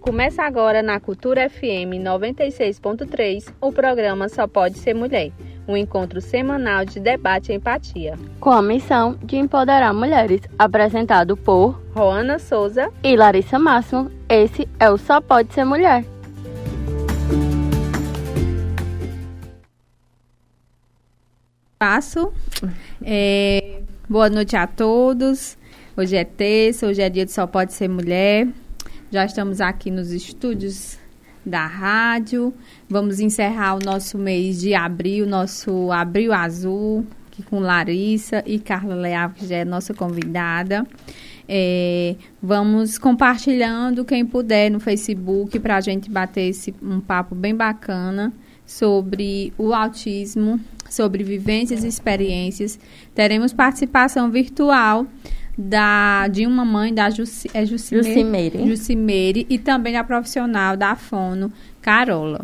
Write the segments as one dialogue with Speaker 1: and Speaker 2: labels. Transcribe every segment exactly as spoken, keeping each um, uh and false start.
Speaker 1: Começa agora na Cultura F M noventa e seis ponto três, o programa Só Pode Ser Mulher, um encontro semanal de debate e empatia.
Speaker 2: Com a missão de empoderar mulheres, apresentado por
Speaker 1: Roana Souza
Speaker 2: e Larissa Máximo, esse é o Só Pode Ser Mulher.
Speaker 3: Passo. É, boa noite a todos. Hoje é terça, hoje é dia de Só Pode Ser Mulher. Já estamos aqui nos estúdios da rádio. Vamos encerrar o nosso mês de abril, nosso Abril Azul, aqui com Larissa e Carla Leal, que já é nossa convidada. É, vamos compartilhando quem puder no Facebook para a gente bater esse, um papo bem bacana sobre o autismo, sobre vivências e experiências. Teremos participação virtual da, de uma mãe, da Jussi, é
Speaker 2: Jucimeire.
Speaker 3: Jucimeire, e também da profissional da Fono, Carola.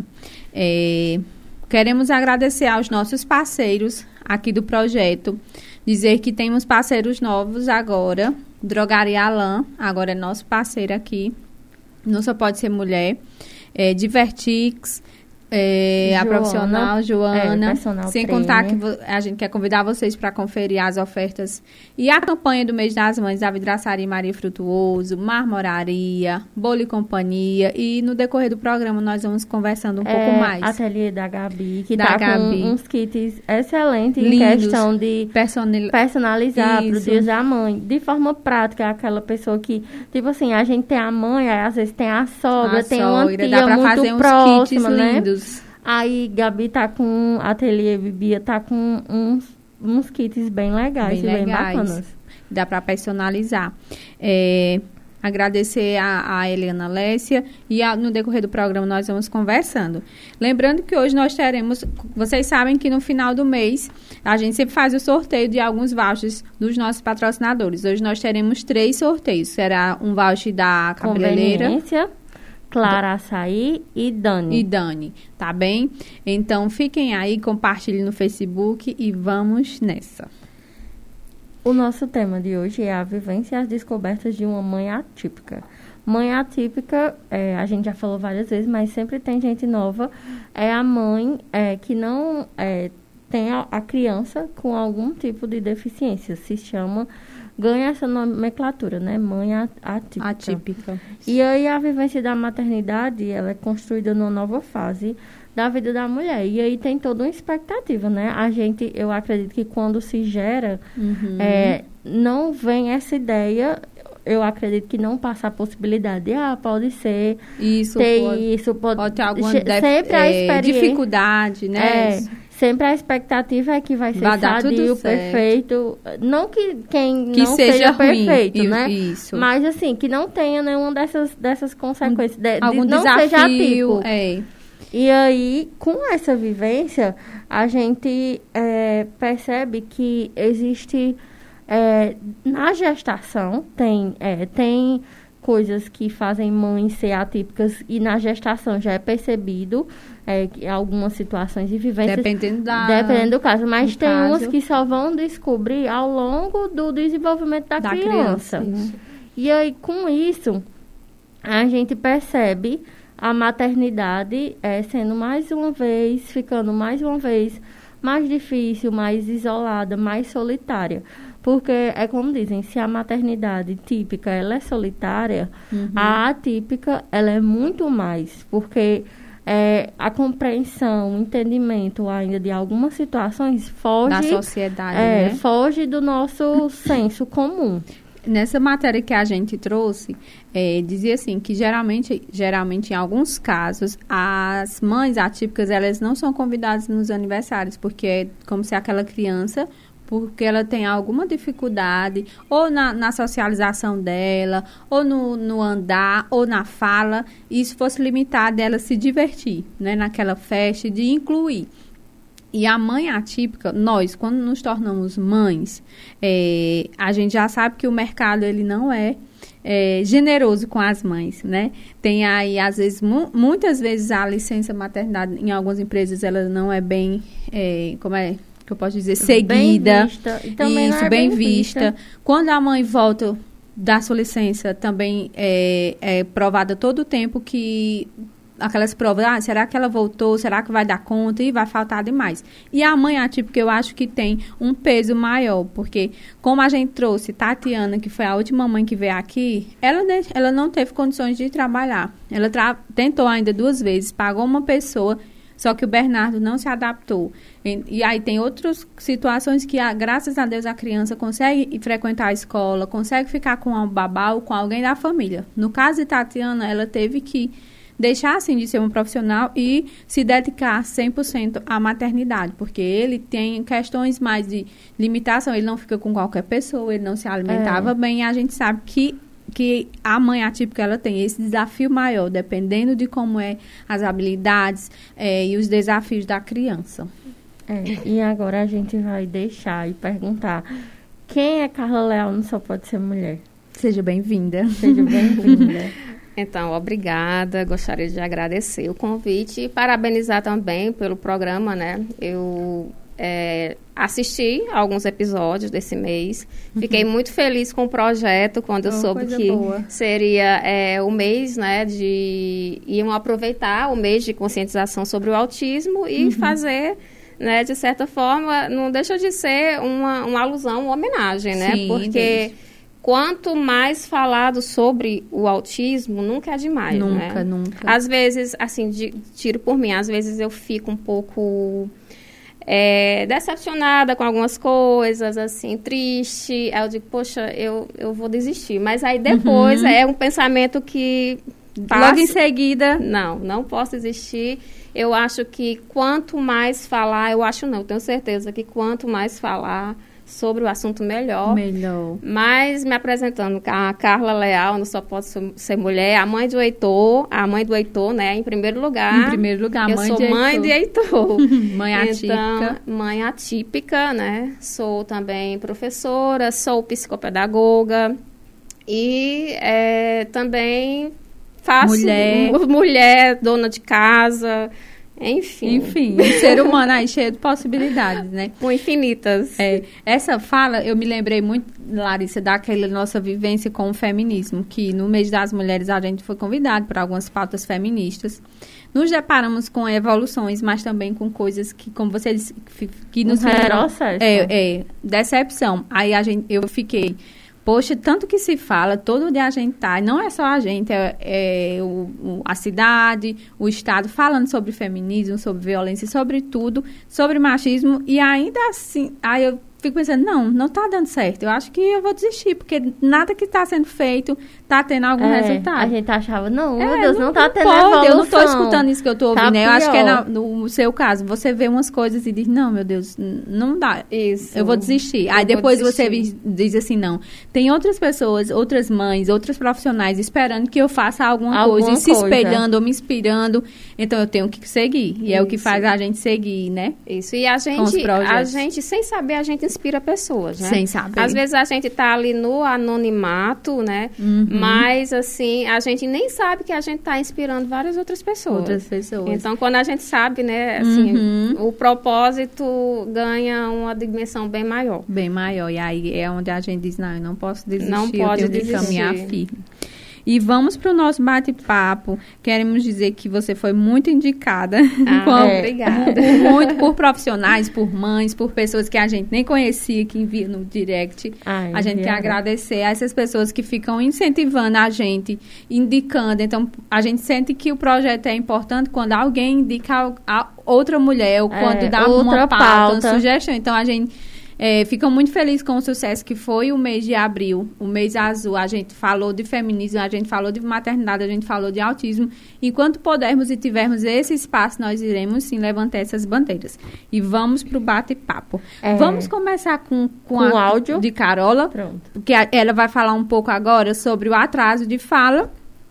Speaker 3: É, queremos agradecer aos nossos parceiros aqui do projeto, dizer que temos parceiros novos agora. Drogaria Alain, agora é nosso parceiro aqui, não Só Pode Ser Mulher. É, Divertix, É,
Speaker 2: Joana,
Speaker 3: a profissional Joana,
Speaker 2: é,
Speaker 3: sem
Speaker 2: treino.
Speaker 3: contar que a gente quer convidar vocês para conferir as ofertas e a campanha do mês das mães da Vidraçaria Maria Frutuoso, Marmoraria, Bolo e Companhia, e no decorrer do programa nós vamos conversando um
Speaker 2: é,
Speaker 3: pouco mais.
Speaker 2: Ateliê da Gabi, que
Speaker 3: da
Speaker 2: tá
Speaker 3: Gabi.
Speaker 2: com uns kits excelentes
Speaker 3: Lindos,
Speaker 2: em questão de
Speaker 3: personal...
Speaker 2: personalizar para o
Speaker 3: Isso.
Speaker 2: Dia da Mãe, de forma prática, aquela pessoa que, tipo assim, a gente tem a mãe, aí às vezes tem a sogra,
Speaker 3: a
Speaker 2: tem
Speaker 3: sogra,
Speaker 2: uma tia
Speaker 3: dá pra
Speaker 2: muito
Speaker 3: fazer uns
Speaker 2: próxima,
Speaker 3: kits
Speaker 2: né?
Speaker 3: lindos.
Speaker 2: Aí Gabi tá com ateliê, Bibia tá com uns, uns kits bem legais
Speaker 3: Bem
Speaker 2: e bem
Speaker 3: legais.
Speaker 2: bacanas.
Speaker 3: Dá para personalizar. É, agradecer a, a Helena Lécia e a, no decorrer do programa nós vamos conversando. Lembrando que hoje nós teremos, vocês sabem que no final do mês a gente sempre faz o sorteio de alguns vouchers dos nossos patrocinadores. Hoje nós teremos três sorteios. Será um voucher da cabeleireira
Speaker 2: Conveniência, Clara Açaí e Dani.
Speaker 3: e Dani, tá bem? Então fiquem aí, compartilhem no Facebook e vamos nessa.
Speaker 2: O nosso tema de hoje é a vivência e as descobertas de uma mãe atípica. Mãe atípica, é, a gente já falou várias vezes, mas sempre tem gente nova. É a mãe é, que não é, tem a, a criança com algum tipo de deficiência. Se chama, ganha essa nomenclatura, né? Mãe atípica.
Speaker 3: Atípica.
Speaker 2: E aí a vivência da maternidade, ela é construída numa nova fase da vida da mulher. E aí tem toda uma expectativa, né? A gente, eu acredito que quando se gera,
Speaker 3: Uhum.
Speaker 2: é, não vem essa ideia, eu acredito que não passa a possibilidade de, ah, pode ser,
Speaker 3: Isso,
Speaker 2: ter
Speaker 3: pode,
Speaker 2: isso, pode,
Speaker 3: pode ter alguma
Speaker 2: che-
Speaker 3: def-
Speaker 2: sempre a
Speaker 3: é,
Speaker 2: experiência,
Speaker 3: dificuldade, né?
Speaker 2: é, sempre a expectativa é que vai ser
Speaker 3: Vai dar tudo
Speaker 2: sadio,
Speaker 3: certo.
Speaker 2: perfeito. Não que quem
Speaker 3: Que
Speaker 2: não
Speaker 3: seja
Speaker 2: seja
Speaker 3: ruim,
Speaker 2: perfeito,
Speaker 3: i-
Speaker 2: né?
Speaker 3: isso.
Speaker 2: Mas assim, que não tenha nenhuma dessas, dessas consequências. De, de
Speaker 3: Algum
Speaker 2: não seja
Speaker 3: desafio,
Speaker 2: atípico.
Speaker 3: é.
Speaker 2: E aí, com essa vivência, a gente é, percebe que existe, é, na gestação, tem, é, tem coisas que fazem mães ser atípicas e na gestação já é percebido é, que algumas situações de vivência.
Speaker 3: Dependendo da...
Speaker 2: Dependendo do caso, mas
Speaker 3: do
Speaker 2: tem
Speaker 3: caso.
Speaker 2: umas que só vão descobrir ao longo do desenvolvimento da,
Speaker 3: da
Speaker 2: criança.
Speaker 3: criança. Isso.
Speaker 2: E aí, com isso, a gente percebe a maternidade é, sendo mais uma vez, ficando mais uma vez mais difícil, mais isolada, mais solitária. Porque, é como dizem, se a maternidade típica ela é solitária,
Speaker 3: Uhum.
Speaker 2: a atípica ela é muito mais. Porque é, a compreensão, o entendimento ainda de algumas situações foge,
Speaker 3: Da sociedade,
Speaker 2: é,
Speaker 3: né?
Speaker 2: foge do nosso senso comum.
Speaker 3: Nessa matéria que a gente trouxe, é, dizia assim, que geralmente, geralmente, em alguns casos, as mães atípicas, elas não são convidadas nos aniversários, porque é como se aquela criança, porque ela tem alguma dificuldade, ou na, na socialização dela, ou no, no andar, ou na fala, isso fosse limitado dela se divertir, né, naquela festa, de incluir. E a mãe atípica, nós, quando nos tornamos mães, é, a gente já sabe que o mercado ele não é, é generoso com as mães, né? Tem aí, às vezes, mu muitas vezes a licença maternidade em algumas empresas ela não é bem, é, como é que eu posso dizer, seguida.
Speaker 2: Bem vista. E também
Speaker 3: Isso,
Speaker 2: não é
Speaker 3: bem,
Speaker 2: bem
Speaker 3: vista.
Speaker 2: vista.
Speaker 3: Quando a mãe volta da sua licença também é, é provada todo o tempo que aquelas provas, ah, será que ela voltou, será que vai dar conta e vai faltar demais. E a mãe atípica eu acho que tem um peso maior, porque como a gente trouxe Tatiana, que foi a última mãe que veio aqui, ela, ela não teve condições de trabalhar. Ela tra- tentou ainda duas vezes, pagou uma pessoa, só que o Bernardo não se adaptou. E, e aí tem outras situações que, a, graças a Deus, a criança consegue ir frequentar a escola, consegue ficar com um babá ou com alguém da família. No caso de Tatiana, ela teve que deixar, assim, de ser um profissional e se dedicar cem por cento à maternidade, porque ele tem questões mais de limitação, ele não fica com qualquer pessoa, ele não se alimentava é. bem, e a gente sabe que que a mãe atípica, ela tem esse desafio maior, dependendo de como é as habilidades é, e os desafios da criança.
Speaker 2: É, e agora a gente vai deixar e perguntar, quem é Carla Leal no Só Pode Ser Mulher?
Speaker 3: Seja bem-vinda.
Speaker 2: Seja bem-vinda.
Speaker 1: Então, obrigada, gostaria de agradecer o convite e parabenizar também pelo programa, né? Eu é, assisti alguns episódios desse mês, uhum. Fiquei muito feliz com o projeto, quando eu oh, soube que boa. seria é, o mês, né, de... iam aproveitar o mês de conscientização sobre o autismo e uhum. fazer... né, de certa forma, não deixa de ser uma, uma alusão, uma homenagem, né?
Speaker 3: Sim,
Speaker 1: porque...
Speaker 3: Deus.
Speaker 1: Quanto mais falado sobre o autismo, nunca é demais,
Speaker 3: nunca,
Speaker 1: né?
Speaker 3: Nunca,
Speaker 1: Às vezes, assim, de, tiro por mim, às vezes eu fico um pouco é, decepcionada com algumas coisas, assim, triste. Aí eu digo, poxa, eu, eu vou desistir. Mas aí depois uhum. é um pensamento que... passa...
Speaker 3: Logo em seguida...
Speaker 1: Não, não posso desistir. Eu acho que quanto mais falar, eu acho não, tenho certeza que quanto mais falar... sobre o assunto melhor.
Speaker 3: Melhor.
Speaker 1: Mas me apresentando, a Carla Leal, não Só Pode Ser Mulher, a mãe do Heitor, a mãe do Heitor, né, em primeiro lugar.
Speaker 3: Em primeiro lugar,
Speaker 1: eu
Speaker 3: mãe
Speaker 1: sou
Speaker 3: de
Speaker 1: mãe de Heitor.
Speaker 3: Mãe atípica.
Speaker 1: Então, mãe atípica, né, sou também professora, sou psicopedagoga e é, também faço...
Speaker 3: Mulher.
Speaker 1: Mulher, dona de casa... Enfim.
Speaker 3: Enfim, um ser humano aí cheio de possibilidades, né?
Speaker 1: Com infinitas.
Speaker 3: É, essa fala, eu me lembrei muito, Larissa, daquela nossa vivência com o feminismo, que no mês das mulheres a gente foi convidado para algumas pautas feministas. Nos deparamos com evoluções, mas também com coisas que, como você disse, que nos
Speaker 2: fizeram...
Speaker 3: É, é, decepção. Aí a gente, eu fiquei... Poxa, tanto que se fala, todo dia a gente tá, não é só a gente, é, é o, o, a cidade, o Estado, falando sobre feminismo, sobre violência, sobre tudo, sobre machismo, e ainda assim, aí eu fico pensando, não, não tá dando certo, eu acho que eu vou desistir, porque nada que tá sendo feito tá tendo algum
Speaker 2: é,
Speaker 3: resultado.
Speaker 2: A gente achava, não,
Speaker 3: é,
Speaker 2: meu Deus, não, não tá
Speaker 3: não
Speaker 2: tendo
Speaker 3: pode,
Speaker 2: evolução.
Speaker 3: Eu não tô escutando isso que eu tô ouvindo,
Speaker 2: tá
Speaker 3: né? Eu acho que é na, no seu caso, você vê umas coisas e diz, não, meu Deus, não dá.
Speaker 1: Isso.
Speaker 3: Eu vou desistir. Aí depois você diz assim, não, tem outras pessoas, outras mães, outros profissionais esperando que eu faça alguma, alguma coisa, e se
Speaker 2: coisa.
Speaker 3: espelhando ou me inspirando, então eu tenho que seguir. E isso. É o que faz a gente seguir, né?
Speaker 1: Isso, e a gente, a gente, sem saber, a gente inspira pessoas, né?
Speaker 3: Sem saber.
Speaker 1: Às vezes a gente tá ali no anonimato, né? Uhum. Mas, assim, a gente nem sabe que a gente tá inspirando várias outras pessoas.
Speaker 3: Outras pessoas.
Speaker 1: Então, quando a gente sabe, né, assim,
Speaker 3: uhum.
Speaker 1: o propósito ganha uma dimensão bem maior.
Speaker 3: Bem maior. E aí é onde a gente diz, não, eu não posso desistir,
Speaker 1: não pode
Speaker 3: eu tenho
Speaker 1: desistir.
Speaker 3: que caminhar firme. E vamos para o nosso bate-papo. Queremos dizer que você foi muito indicada.
Speaker 1: Ah,
Speaker 3: com,
Speaker 1: é. Obrigada.
Speaker 3: Muito por profissionais, por mães, por pessoas que a gente nem conhecia, que envia no direct.
Speaker 2: Ai,
Speaker 3: a gente quer agradecer a essas pessoas que ficam incentivando a gente, indicando. Então, a gente sente que o projeto é importante quando alguém indica a outra mulher, ou quando
Speaker 2: é,
Speaker 3: dá
Speaker 2: outra
Speaker 3: uma pauta,
Speaker 2: pauta,
Speaker 3: uma sugestão. Então, a gente... É, ficam muito felizes com o sucesso que foi o mês de abril, o mês azul. A gente falou de feminismo, a gente falou de maternidade, a gente falou de autismo. Enquanto pudermos e tivermos esse espaço, nós iremos sim levantar essas bandeiras. E vamos para o bate-papo. É. Vamos começar com, com,
Speaker 2: com
Speaker 3: a,
Speaker 2: o áudio
Speaker 3: de Carola,
Speaker 2: Pronto.
Speaker 3: que a, ela vai falar um pouco agora sobre o atraso de fala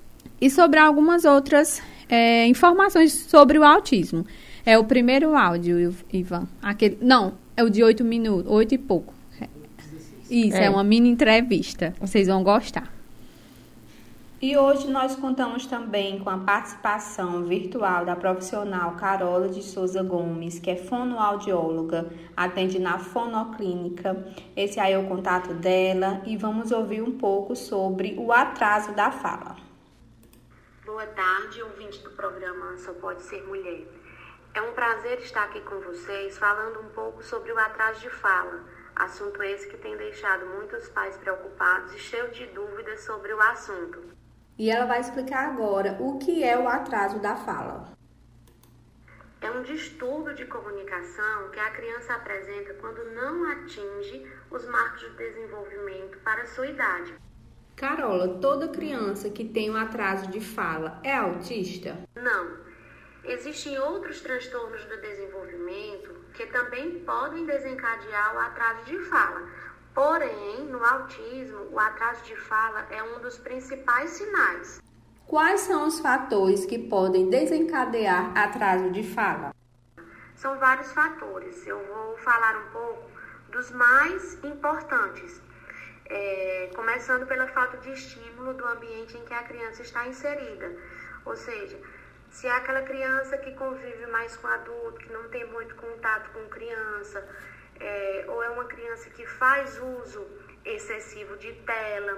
Speaker 3: e sobre algumas outras é, informações sobre o autismo. É o primeiro áudio, Ivan. Aquele, não. É o de oito minutos, oito e pouco. Isso, é, é uma mini entrevista. Vocês vão gostar.
Speaker 4: E hoje nós contamos também com a participação virtual da profissional Carola de Souza Gomes, que é fonoaudióloga, atende na Fonoclínica. Esse aí é o contato dela e vamos ouvir um pouco sobre o atraso da fala.
Speaker 5: Boa tarde, ouvinte do programa Só Pode Ser Mulher. É um prazer estar aqui com vocês falando um pouco sobre o atraso de fala, assunto esse que tem deixado muitos pais preocupados e cheios de dúvidas sobre o assunto.
Speaker 4: E ela vai explicar agora o que é o atraso da fala.
Speaker 5: É um distúrbio de comunicação que a criança apresenta quando não atinge os marcos de desenvolvimento para a sua idade.
Speaker 4: Carola, toda criança que tem um atraso de fala é autista?
Speaker 5: Não. Existem outros transtornos do desenvolvimento que também podem desencadear o atraso de fala. Porém, no autismo, o atraso de fala é um dos principais sinais.
Speaker 4: Quais são os fatores que podem desencadear atraso de fala?
Speaker 5: São vários fatores. Eu vou falar um pouco dos mais importantes. É, começando pela falta de estímulo do ambiente em que a criança está inserida. Ou seja, se é aquela criança que convive mais com adulto, que não tem muito contato com criança, É, ou é uma criança que faz uso excessivo de tela,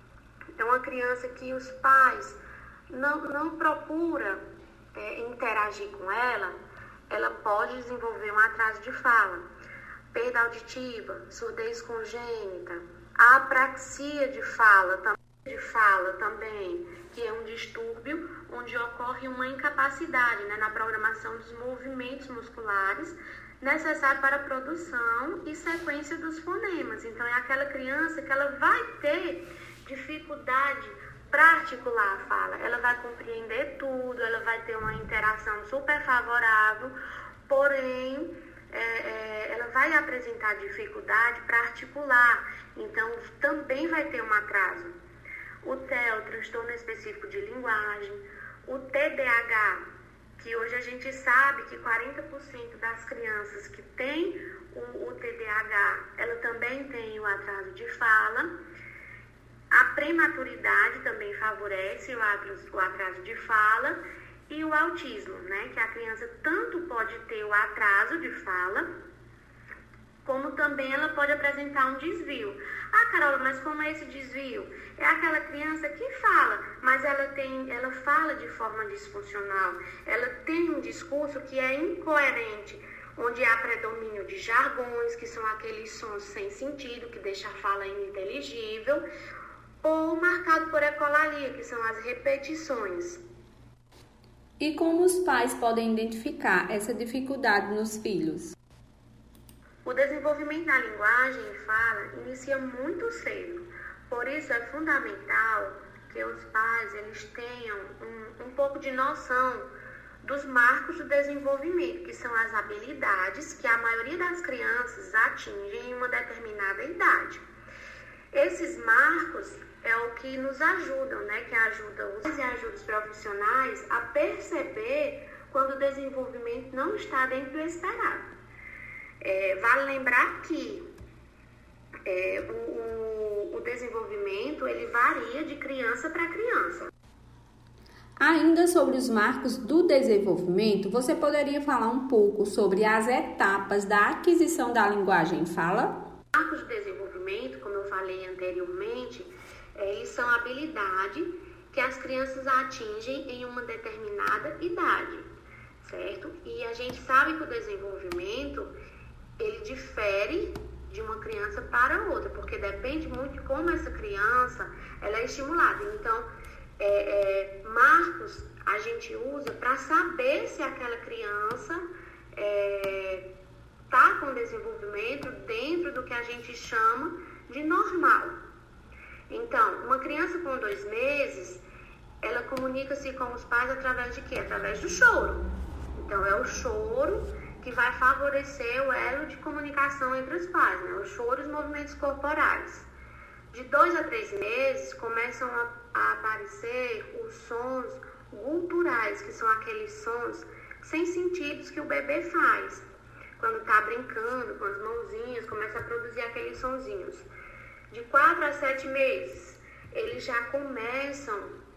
Speaker 5: é uma criança que os pais não, não procuram é, interagir com ela, ela pode desenvolver um atraso de fala, perda auditiva, surdez congênita, apraxia de fala, de fala também, que é um distúrbio onde ocorre uma incapacidade, né, na programação dos movimentos musculares necessário para a produção e sequência dos fonemas. Então, é aquela criança que ela vai ter dificuldade para articular a fala. Ela vai compreender tudo, ela vai ter uma interação super favorável, porém, é, é, ela vai apresentar dificuldade para articular. Então, também vai ter um atraso. O T E A, o transtorno específico de linguagem, o T D A H, que hoje a gente sabe que quarenta por cento das crianças que têm o, o T D A H, ela também tem o atraso de fala. A prematuridade também favorece o atraso, o atraso de fala. E o autismo, né, que a criança tanto pode ter o atraso de fala, como também ela pode apresentar um desvio. Ah, Carola, mas como é esse desvio? É aquela criança que fala, mas ela, tem, ela fala de forma disfuncional. Ela tem um discurso que é incoerente, onde há predomínio de jargões, que são aqueles sons sem sentido, que deixam a fala ininteligível, ou marcado por ecolalia, que são as repetições.
Speaker 4: E como os pais podem identificar essa dificuldade nos filhos?
Speaker 5: O desenvolvimento da linguagem e fala inicia muito cedo, por isso é fundamental que os pais eles tenham um, um pouco de noção dos marcos do desenvolvimento, que são as habilidades que a maioria das crianças atingem em uma determinada idade. Esses marcos é o que nos ajudam, né, que ajuda os e ajuda os profissionais a perceber quando o desenvolvimento não está dentro do esperado. É, vale lembrar que é, o, o, o desenvolvimento ele varia de criança para criança.
Speaker 4: Ainda sobre os marcos do desenvolvimento, você poderia falar um pouco sobre as etapas da aquisição da linguagem e fala?
Speaker 5: Marcos de desenvolvimento, como eu falei anteriormente, é, eles são habilidades que as crianças atingem em uma determinada idade, certo? E a gente sabe que o desenvolvimento ele difere de uma criança para outra, porque depende muito de como essa criança ela é estimulada. Então, é, é, marcos a gente usa para saber se aquela criança está é, com desenvolvimento dentro do que a gente chama de normal. Então, uma criança com dois meses, ela comunica-se com os pais através de quê? Através do choro. Então, é o choro que vai favorecer o elo de comunicação entre os pais, né? O choro e os movimentos corporais. De dois a três meses, começam a, a aparecer os sons guturais, que são aqueles sons sem sentidos que o bebê faz. Quando está brincando com as mãozinhas, começa a produzir aqueles sonzinhos. De quatro a sete meses, eles já começam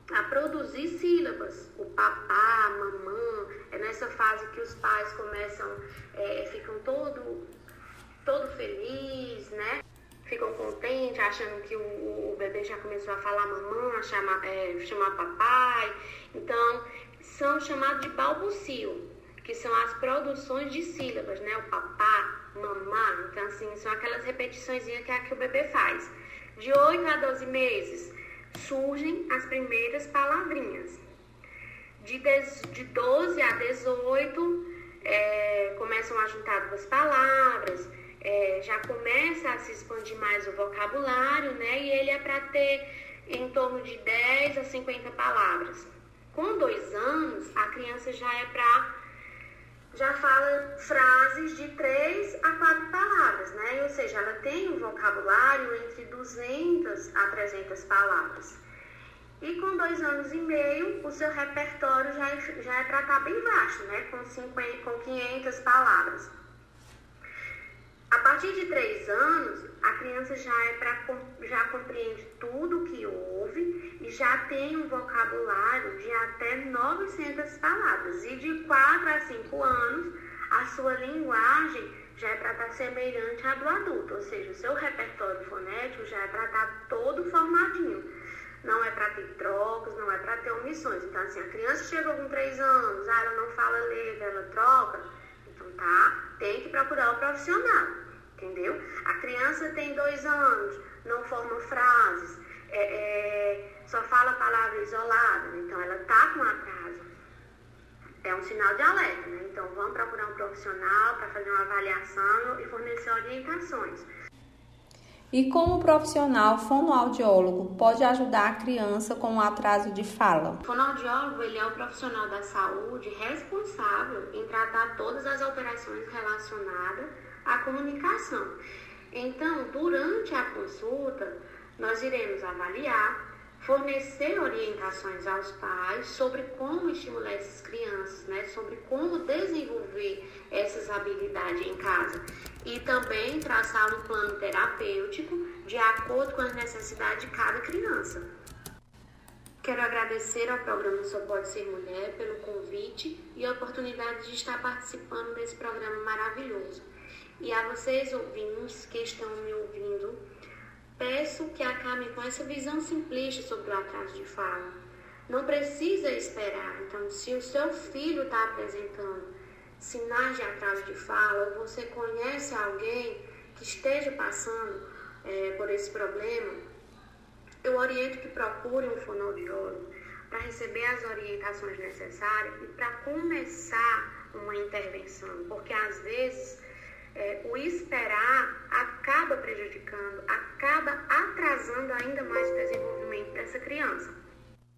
Speaker 5: a produzir sílabas. O papá, a mamã, é nessa fase que os pais começam, é, ficam todo, todo felizes, né? Ficam contentes, achando que o, o bebê já começou a falar mamã, a chamar, é, chamar papai. Então, são chamados de balbucio, que são as produções de sílabas, né? O papá, mamá. Então, assim, são aquelas repetiçõezinhas que, é que o bebê faz. De oito a doze meses, surgem as primeiras palavrinhas. De, dez, de doze a dezoito, é, começam a juntar duas palavras, é, já começa a se expandir mais o vocabulário, né? E ele é para ter em torno de dez a cinquenta palavras. Com dois anos, a criança já é para... já fala frases de três a quatro palavras, né? Ou seja, ela tem um vocabulário entre duzentas a trezentas palavras. E com dois anos e meio, o seu repertório já é, já é para estar bem vasto, né? Com, cinquenta, com quinhentas palavras. A partir de três anos, a criança já, é pra, já compreende tudo o que ouve e já tem um vocabulário de até novecentas palavras. E de quatro a cinco anos, a sua linguagem já é para estar semelhante à do adulto. Ou seja, o seu repertório fonético já é para estar todo formadinho. Não é para ter trocas, não é para ter omissões. Então, assim, a criança chegou com três anos, ah, ela não fala letra, ela troca. Então, tá, tem que procurar o profissional, entendeu? A criança tem dois anos, não forma frases, é, é, só fala palavra isolada, então ela tá com atraso. É um sinal de alerta, né? Então, vamos procurar um profissional para fazer uma avaliação e fornecer orientações.
Speaker 4: E como o profissional fonoaudiólogo pode ajudar a criança com um atraso de fala?
Speaker 5: O fonoaudiólogo, ele é o profissional da saúde responsável em tratar todas as alterações relacionadas à comunicação. Então, durante a consulta, nós iremos avaliar, fornecer orientações aos pais sobre como estimular essas crianças, né? Sobre como desenvolver essas habilidades em casa. E também traçar um plano terapêutico de acordo com as necessidades de cada criança. Quero agradecer ao programa Só Pode Ser Mulher pelo convite e a oportunidade de estar participando desse programa maravilhoso. E a vocês, ouvintes, que estão me ouvindo, peço que acabem com essa visão simplista sobre o atraso de fala. Não precisa esperar. Então, se o seu filho está apresentando sinais de atraso de fala, ou você conhece alguém que esteja passando é, por esse problema, eu oriento que procure um fonoaudiólogo para receber as orientações necessárias e para começar uma intervenção, porque às vezes é, o esperar acaba prejudicando, acaba atrasando ainda mais o desenvolvimento dessa criança.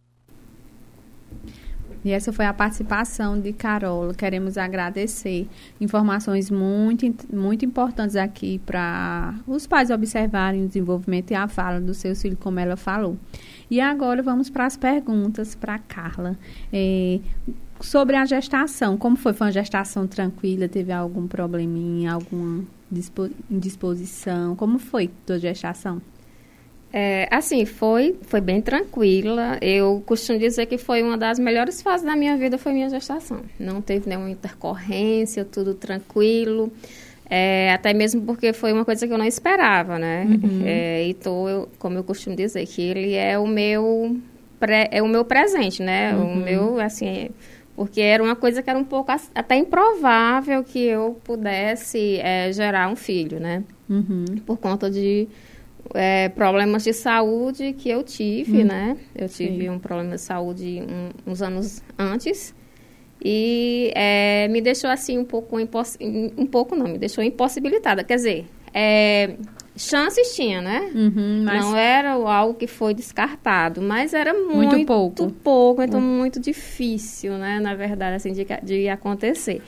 Speaker 3: E essa foi a participação de Carola. Queremos agradecer. Informações muito, muito importantes aqui para os pais observarem o desenvolvimento e a fala dos seus filhos, como ela falou. E agora vamos para as perguntas para a Carla. É, sobre a gestação, como foi? Foi uma gestação tranquila? Teve algum probleminha, alguma indisposição? Como foi a tua gestação?
Speaker 1: É, assim, foi, foi bem tranquila. Eu costumo dizer que foi uma das melhores fases da minha vida, foi minha gestação. Não teve nenhuma intercorrência, tudo tranquilo. É, até mesmo porque foi uma coisa que eu não esperava, né? Uhum. É, e tô, eu, como eu costumo dizer, que ele é o meu, pré, é o meu presente, né? Uhum. O meu, assim, porque era uma coisa que era um pouco até improvável que eu pudesse é, gerar um filho, né? Uhum. Por conta de É, problemas de saúde que eu tive, hum. né? Eu tive Sim. um problema de saúde um, uns anos antes e é, me deixou assim um pouco, imposs... um pouco não, me deixou impossibilitada. Quer dizer, é, chances tinha, né? Uhum, mas... Não era algo que foi descartado, mas era muito, muito pouco. pouco, então uhum. muito difícil, né? Na verdade, assim, de, de acontecer.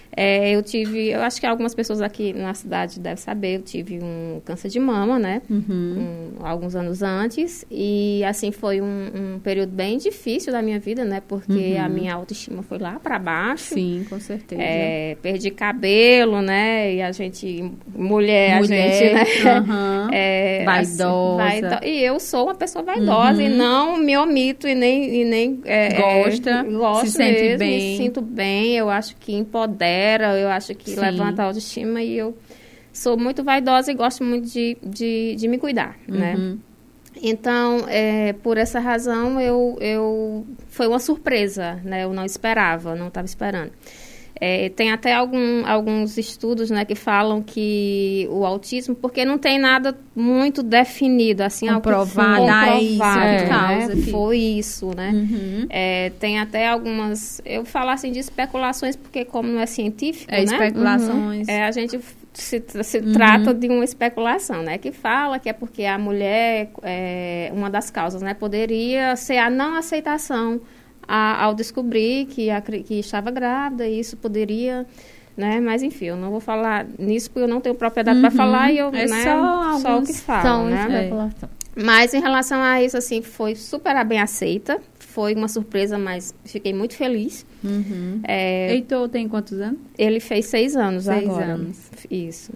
Speaker 1: É, eu tive, eu acho que algumas pessoas aqui na cidade devem saber, eu tive um câncer de mama, né?
Speaker 3: Uhum.
Speaker 1: Um, alguns anos antes. E, assim, foi um, um período bem difícil da minha vida, né? Porque
Speaker 3: Uhum.
Speaker 1: a minha autoestima foi lá para baixo.
Speaker 3: Sim, com certeza.
Speaker 1: É, perdi cabelo, né? E a gente, mulher,
Speaker 3: Mulher,
Speaker 1: a gente, né?
Speaker 3: uhum.
Speaker 1: É,
Speaker 3: Vaidosa.
Speaker 1: assim, vaido- E eu sou uma pessoa vaidosa
Speaker 3: Uhum.
Speaker 1: e não me omito e nem, e nem é,
Speaker 3: Gosta,
Speaker 1: é, gosto
Speaker 3: se sente
Speaker 1: mesmo,
Speaker 3: bem.
Speaker 1: me sinto bem. Eu acho que empodera, eu acho que
Speaker 3: Sim.
Speaker 1: levanta a autoestima e eu sou muito vaidosa e gosto muito de, de, de me cuidar, né?
Speaker 3: Uhum.
Speaker 1: Então, é, por essa razão, eu, eu foi uma surpresa, né? Eu não esperava, não estava esperando. É, tem até algum, alguns estudos, né, que falam que o autismo, porque não tem nada muito definido, assim, algo que
Speaker 3: Comprovado,
Speaker 1: foi
Speaker 3: ah, isso,
Speaker 1: comprovado,
Speaker 3: é.
Speaker 1: né?
Speaker 3: Causa que-
Speaker 1: Foi isso, né?
Speaker 3: Uhum.
Speaker 1: É, tem até algumas, eu falo assim de especulações, porque como não é científico,
Speaker 3: É,
Speaker 1: né?
Speaker 3: especulações.
Speaker 1: É, a gente se, se
Speaker 3: Uhum.
Speaker 1: trata de uma especulação, né? Que fala que é porque a mulher, é, uma das causas, né? Poderia ser a não aceitação a, ao descobrir que, a, cri- que estava grávida, e isso poderia, né? Mas, enfim, eu não vou falar nisso, porque eu não tenho propriedade para
Speaker 3: Uhum.
Speaker 1: falar, e eu,
Speaker 3: É
Speaker 1: né?
Speaker 3: só
Speaker 1: Só o
Speaker 3: alguns-
Speaker 1: que falam,
Speaker 2: São
Speaker 1: né?
Speaker 2: especulação.
Speaker 1: Mas em relação a isso, assim, foi super bem aceita. Foi uma surpresa, mas fiquei muito feliz.
Speaker 3: Uhum.
Speaker 1: É,
Speaker 3: Heitor tem quantos anos?
Speaker 1: ele fez seis anos
Speaker 3: Seis
Speaker 1: agora.
Speaker 3: anos.
Speaker 1: Isso.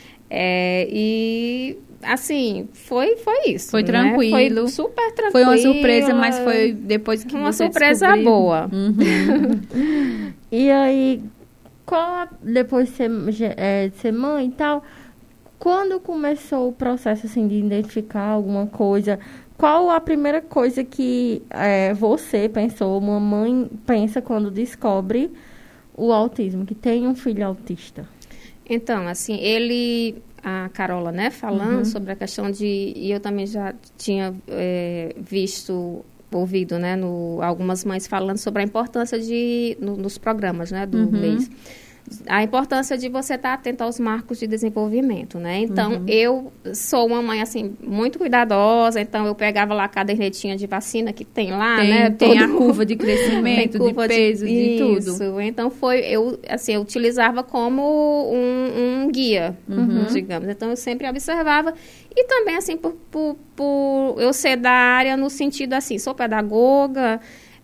Speaker 1: É, e, assim, foi, foi isso.
Speaker 3: Foi
Speaker 1: né?
Speaker 3: tranquilo.
Speaker 1: Foi super tranquilo.
Speaker 3: Foi uma surpresa, mas foi depois que
Speaker 1: uma
Speaker 3: você
Speaker 1: surpresa
Speaker 3: descobriu.
Speaker 1: boa.
Speaker 3: Uhum.
Speaker 2: E aí, qual a- depois de ser, ge- é, de ser mãe e tal, quando começou o processo assim de identificar alguma coisa, qual a primeira coisa que é, você pensou, uma mãe pensa quando descobre o autismo, que tem um filho autista?
Speaker 1: Então, assim, ele, a Carola, né, falando
Speaker 3: Uhum.
Speaker 1: sobre a questão de, e eu também já tinha é, visto, ouvido, né, no, algumas mães falando sobre a importância de, no- nos programas, né, do
Speaker 3: Uhum.
Speaker 1: mês, a importância de você estar atento aos marcos de desenvolvimento, né? Então,
Speaker 3: Uhum.
Speaker 1: eu sou uma mãe, assim, muito cuidadosa, então eu pegava lá a cadernetinha de vacina que tem lá,
Speaker 3: Tem,
Speaker 1: né?
Speaker 3: tem a
Speaker 1: todo-
Speaker 3: curva de crescimento,
Speaker 1: Tem curva
Speaker 3: de peso, de, tudo.
Speaker 1: Isso. Então, foi, eu, assim, eu utilizava como um, um guia,
Speaker 3: Uhum.
Speaker 1: digamos. Então, eu sempre observava. E também, assim, por, por, por eu ser da área no sentido, assim, sou pedagoga,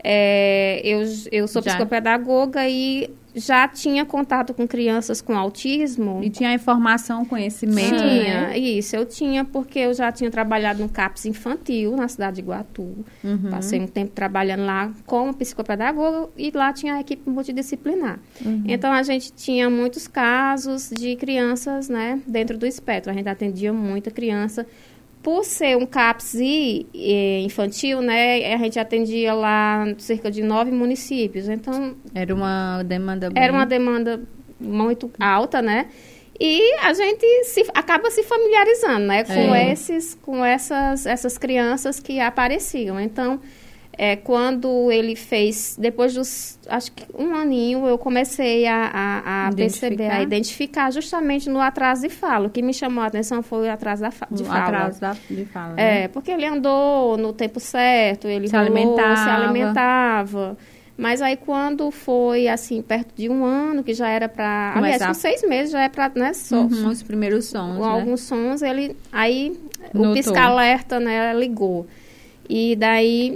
Speaker 1: é, eu, eu sou
Speaker 3: Já.
Speaker 1: psicopedagoga e já tinha contato com crianças com autismo.
Speaker 3: E tinha a informação, conhecimento,
Speaker 1: Tinha,
Speaker 3: né?
Speaker 1: isso, eu tinha, porque eu já tinha trabalhado no CAPS infantil, na cidade de Iguatu.
Speaker 3: Uhum.
Speaker 1: Passei um tempo trabalhando lá como psicopedagoga e lá tinha a equipe multidisciplinar.
Speaker 3: Uhum.
Speaker 1: Então, a gente tinha muitos casos de crianças, né, dentro do espectro. A gente atendia muita criança. Por ser um CAPS e, e infantil, né, a gente atendia lá cerca de nove municípios. Então,
Speaker 3: Era uma demanda bem...
Speaker 1: era uma demanda muito alta, né? E a gente se, acaba se familiarizando, né? Com,
Speaker 3: É.
Speaker 1: esses, com essas, essas crianças que apareciam. Então, é, quando ele fez, depois dos, acho que um aninho, eu comecei a, a, a perceber, a identificar justamente no atraso de fala. O que me chamou a atenção foi o atraso da fa- de
Speaker 3: O
Speaker 1: fala.
Speaker 3: atraso da, de fala, né?
Speaker 1: É, porque ele andou no tempo certo, ele
Speaker 3: Se
Speaker 1: rolou,
Speaker 3: alimentava.
Speaker 1: se alimentava. Mas aí quando foi, assim, perto de um ano, que já era para... Aliás,
Speaker 3: Começar-
Speaker 1: com seis meses já é para, né, só,
Speaker 3: Uhum, os primeiros sons,
Speaker 1: com
Speaker 3: né?
Speaker 1: alguns sons, ele... Aí
Speaker 3: Notou.
Speaker 1: o pisca-alerta, né, ligou. E daí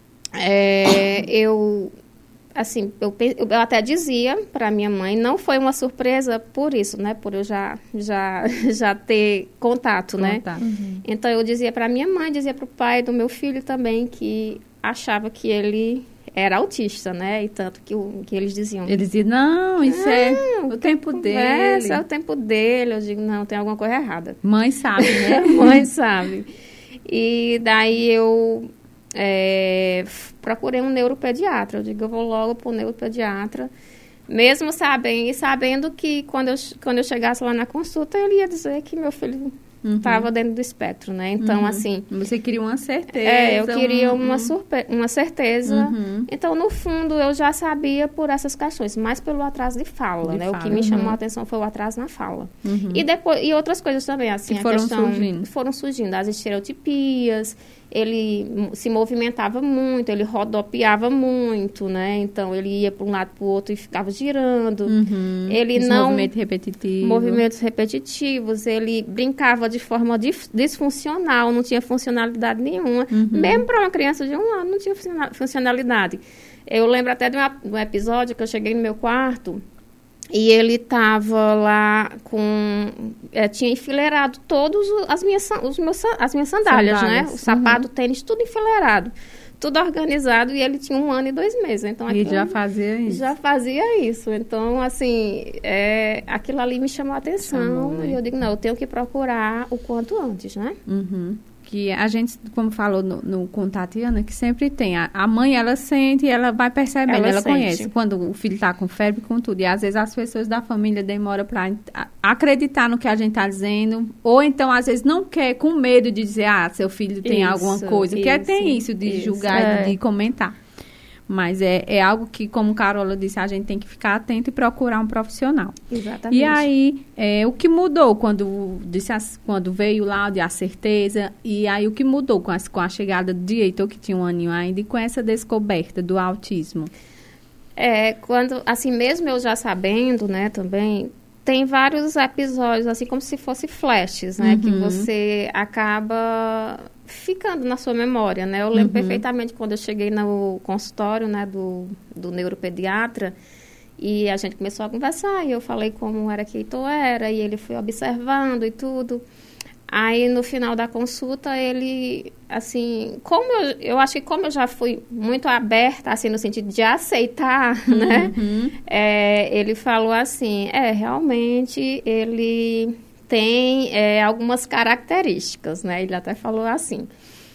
Speaker 1: é, eu... Assim, eu, pe- eu até dizia para minha mãe, não foi uma surpresa por isso, né? Por eu já, já, já ter contato, né?
Speaker 3: Contato.
Speaker 1: Então, eu dizia para minha mãe, dizia para o pai do meu filho também, que achava que ele era autista, né? E tanto que, o, que eles diziam...
Speaker 3: Ele dizia, não, isso é o tempo
Speaker 1: Conversa,
Speaker 3: dele.
Speaker 1: é o tempo dele. Eu digo, não, tem alguma coisa errada.
Speaker 3: Mãe sabe, né?
Speaker 1: Mãe sabe. E daí eu é, f- procurei um neuropediatra. Eu digo, eu vou logo para o neuropediatra. Mesmo sabendo, e sabendo que quando eu, quando eu chegasse lá na consulta, ele ia dizer que meu filho estava dentro do espectro, né? Então,
Speaker 3: Uhum.
Speaker 1: assim...
Speaker 3: Você queria uma certeza.
Speaker 1: É, eu queria
Speaker 3: um-
Speaker 1: uma, surpe- uma certeza.
Speaker 3: Uhum.
Speaker 1: Então, no fundo, eu já sabia por essas questões, mais pelo atraso de fala,
Speaker 3: De
Speaker 1: né? O que
Speaker 3: fala.
Speaker 1: me chamou
Speaker 3: Uhum.
Speaker 1: a atenção foi o atraso na fala.
Speaker 3: Uhum.
Speaker 1: E, depois, e outras coisas também, assim,
Speaker 3: Que
Speaker 1: a
Speaker 3: foram
Speaker 1: questão...
Speaker 3: surgindo.
Speaker 1: Foram surgindo, as estereotipias. ele se movimentava muito, ele rodopiava muito, né? Então, ele ia para um lado para o outro e ficava girando.
Speaker 3: Uhum.
Speaker 1: Ele
Speaker 3: Os
Speaker 1: não...
Speaker 3: movimentos repetitivos.
Speaker 1: Movimentos repetitivos. Ele brincava de forma dif- disfuncional, não tinha funcionalidade nenhuma.
Speaker 3: Uhum.
Speaker 1: Mesmo para uma criança de um ano, não tinha funcionalidade. Eu lembro até de, uma, de um episódio que eu cheguei no meu quarto e ele estava lá com... É, tinha enfileirado todas as minhas, os meus, as minhas sandálias,
Speaker 3: Sandálias.
Speaker 1: né? O sapato,
Speaker 3: Uhum.
Speaker 1: o tênis, tudo enfileirado. Tudo organizado e ele tinha um ano e dois meses. Então,
Speaker 3: E
Speaker 1: aquilo
Speaker 3: já fazia isso.
Speaker 1: Já fazia isso. Então, assim, é, aquilo ali me chamou a atenção.
Speaker 3: Chamou, né?
Speaker 1: E eu digo, não, eu tenho que procurar o quanto antes, né?
Speaker 3: Uhum. Que a gente, como falou no, no com Tatiana, que sempre tem. A, a mãe, ela sente e ela vai percebendo, ela,
Speaker 1: Ela sente.
Speaker 3: conhece. Quando o filho está com febre, com tudo. E às vezes as pessoas da família demoram para acreditar no que a gente está dizendo. Ou então, às vezes, não quer, com medo de dizer, ah, seu filho tem
Speaker 1: Isso,
Speaker 3: alguma coisa. Porque
Speaker 1: isso,
Speaker 3: tem isso de
Speaker 1: isso.
Speaker 3: julgar e
Speaker 2: É.
Speaker 3: de comentar. Mas é, é algo que, como Carola disse, a gente tem que ficar atento e procurar um profissional.
Speaker 1: Exatamente.
Speaker 3: E aí, é, o que mudou quando, disse as, quando veio lá de a certeza, e aí o que mudou com, as, com a chegada de Heitor, que tinha um aninho ainda, e com essa descoberta do autismo?
Speaker 1: É, quando, assim, mesmo eu já sabendo, né, também, tem vários episódios, assim, como se fosse flashes, né,
Speaker 3: Uhum.
Speaker 1: que você acaba ficando na sua memória, né. Eu lembro
Speaker 3: Uhum.
Speaker 1: perfeitamente quando eu cheguei no consultório, né, do, do neuropediatra, e a gente começou a conversar, e eu falei como era que Heitor era, e ele foi observando e tudo. Aí, no final da consulta, ele, assim, como eu, eu acho que como eu já fui muito aberta, assim, no sentido de aceitar, né?
Speaker 3: Uhum.
Speaker 1: É, ele falou assim, é, realmente, ele tem é, algumas características, né? Ele até falou assim.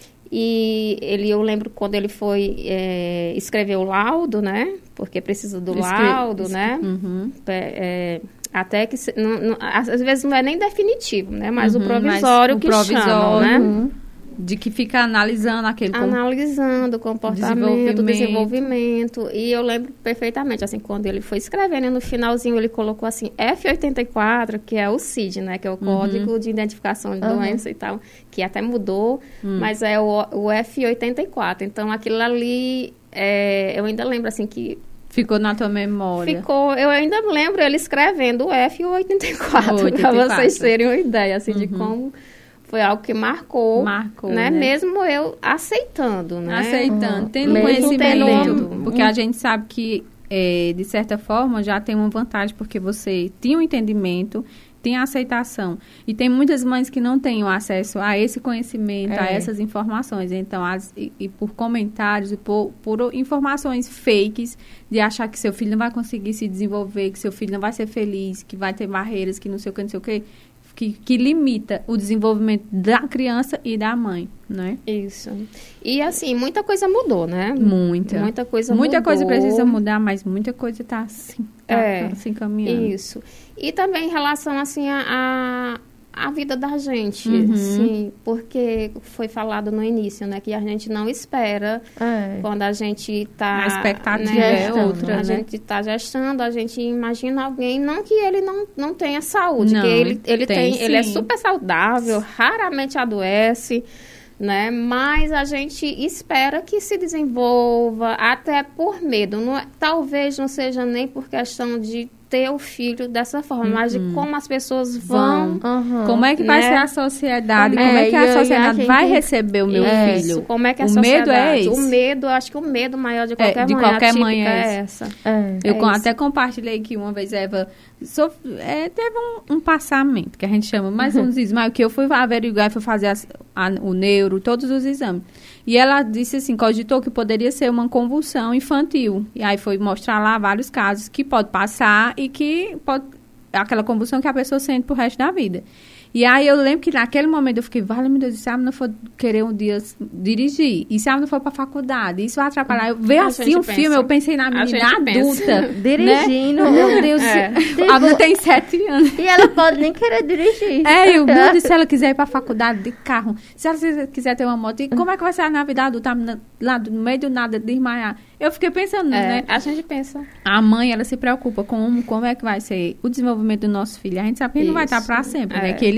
Speaker 1: E ele, eu lembro quando ele foi é, escrever o laudo, né? Porque precisa do
Speaker 3: Escre-
Speaker 1: laudo,
Speaker 3: escre-
Speaker 1: né?
Speaker 3: Uhum.
Speaker 1: É, até que, se- não, não, às vezes não é nem definitivo, né? Mas
Speaker 3: Uhum,
Speaker 1: o provisório
Speaker 3: mas o
Speaker 1: que chamam,
Speaker 3: provisório,
Speaker 1: né?
Speaker 3: uhum. De que fica analisando aquele... com-
Speaker 1: Analisando o comportamento,
Speaker 3: Desenvolvimento.
Speaker 1: desenvolvimento. E eu lembro perfeitamente, assim, quando ele foi escrevendo, no finalzinho ele colocou assim, F oitenta e quatro, que é o C I D, né? Que é o Código de Identificação de
Speaker 2: Uhum.
Speaker 1: Doença e tal, que até mudou,
Speaker 3: Hum.
Speaker 1: mas é o, o F oitenta e quatro. Então, aquilo ali, é, eu ainda lembro, assim, que
Speaker 3: Ficou na tua memória.
Speaker 1: ficou... Eu ainda lembro ele escrevendo o F oitenta e quatro,
Speaker 3: oitenta e
Speaker 1: para
Speaker 3: quatro.
Speaker 1: vocês terem uma ideia, assim, de
Speaker 3: Uhum.
Speaker 1: como... Foi algo que marcou,
Speaker 3: Marcou,
Speaker 1: né?
Speaker 3: né?
Speaker 1: Mesmo eu aceitando, né?
Speaker 3: Aceitando,
Speaker 2: Uhum.
Speaker 3: tendo
Speaker 2: Mesmo
Speaker 3: conhecimento.
Speaker 1: tendo-
Speaker 3: Porque a gente sabe que, é, de certa forma, já tem uma vantagem, porque você tinha um entendimento, tem a aceitação. E tem muitas mães que não têm o acesso a esse conhecimento, a
Speaker 2: É.
Speaker 3: essas informações. Então, as, e, e por comentários, e por, por informações fakes, de achar que seu filho não vai conseguir se desenvolver, que seu filho não vai ser feliz, que vai ter barreiras, que não sei o que, não sei o que, que, que limita o desenvolvimento da criança e da mãe, né?
Speaker 1: Isso. E assim, muita coisa mudou, né?
Speaker 3: Muita.
Speaker 1: Muita coisa
Speaker 3: Muita
Speaker 1: mudou.
Speaker 3: coisa precisa mudar, mas muita coisa está assim, tá,
Speaker 1: É,
Speaker 3: tá assim caminhando.
Speaker 1: Isso. E também em relação, assim, a, a, a vida da gente,
Speaker 3: Uhum.
Speaker 1: assim, porque foi falado no início, né? Que a gente não espera
Speaker 2: É.
Speaker 1: quando a gente está...
Speaker 3: A expectativa
Speaker 2: é
Speaker 1: gestando,
Speaker 2: outra,
Speaker 1: A
Speaker 3: né?
Speaker 1: gente está gestando, a gente imagina alguém, não que ele não, não tenha saúde,
Speaker 3: Não,
Speaker 1: que ele, ele,
Speaker 3: tem
Speaker 1: tem, ele é
Speaker 3: sim.
Speaker 1: super saudável, raramente adoece, né? Mas a gente espera que se desenvolva, até por medo. Não é- talvez não seja nem por questão de ter o filho dessa forma, mas de como as pessoas vão...
Speaker 2: Uhum.
Speaker 3: Como é que vai
Speaker 1: Né?
Speaker 3: ser a sociedade?
Speaker 2: Como
Speaker 3: Como
Speaker 2: é,
Speaker 3: é que
Speaker 2: e-
Speaker 3: a
Speaker 2: e a
Speaker 3: sociedade
Speaker 2: gente-
Speaker 3: vai receber o meu
Speaker 2: É.
Speaker 3: filho?
Speaker 1: Isso, como é que a
Speaker 3: o
Speaker 1: sociedade...
Speaker 3: medo é esse.
Speaker 1: O medo, eu acho que o medo maior de qualquer
Speaker 3: de
Speaker 1: mãe
Speaker 3: qualquer
Speaker 1: atípica
Speaker 3: mãe é
Speaker 1: é
Speaker 3: esse.
Speaker 1: essa.
Speaker 2: É.
Speaker 3: Eu
Speaker 1: É
Speaker 3: com-
Speaker 1: isso.
Speaker 3: até compartilhei que uma vez Eva sof- é, teve um, um passamento, que a gente chama mais um desmaio, que eu fui averiguar, fui fazer as- a- o neuro, todos os exames. E ela disse assim, cogitou que poderia ser uma convulsão infantil. E aí foi mostrar lá vários casos que pode passar e que pode... aquela convulsão que a pessoa sente pro resto da vida. E aí eu lembro que naquele momento eu fiquei, vale meu Deus, e se a menina for querer um dia dirigir? E se a menina for pra faculdade? Isso vai atrapalhar? Eu vejo
Speaker 1: A
Speaker 3: assim
Speaker 1: gente
Speaker 3: um
Speaker 1: pensa.
Speaker 3: filme, eu pensei na
Speaker 1: A
Speaker 3: menina
Speaker 1: gente pensa.
Speaker 3: adulta.
Speaker 2: Dirigindo.
Speaker 3: Né? Meu Deus,
Speaker 1: É.
Speaker 3: a menina tem sete anos.
Speaker 2: E ela pode nem querer dirigir.
Speaker 3: É, e o meu Deus, se ela quiser ir pra faculdade de carro, se ela quiser ter uma moto, e como é que vai ser na vida adulta, a menina lá no meio do nada desmaiar? Eu fiquei pensando,
Speaker 1: É,
Speaker 3: né?
Speaker 1: a gente pensa.
Speaker 3: A mãe, ela se preocupa com como é que vai ser o desenvolvimento do nosso filho. A gente sabe que ele não vai
Speaker 1: Isso.
Speaker 3: estar para sempre, né?
Speaker 1: É.
Speaker 3: Que eles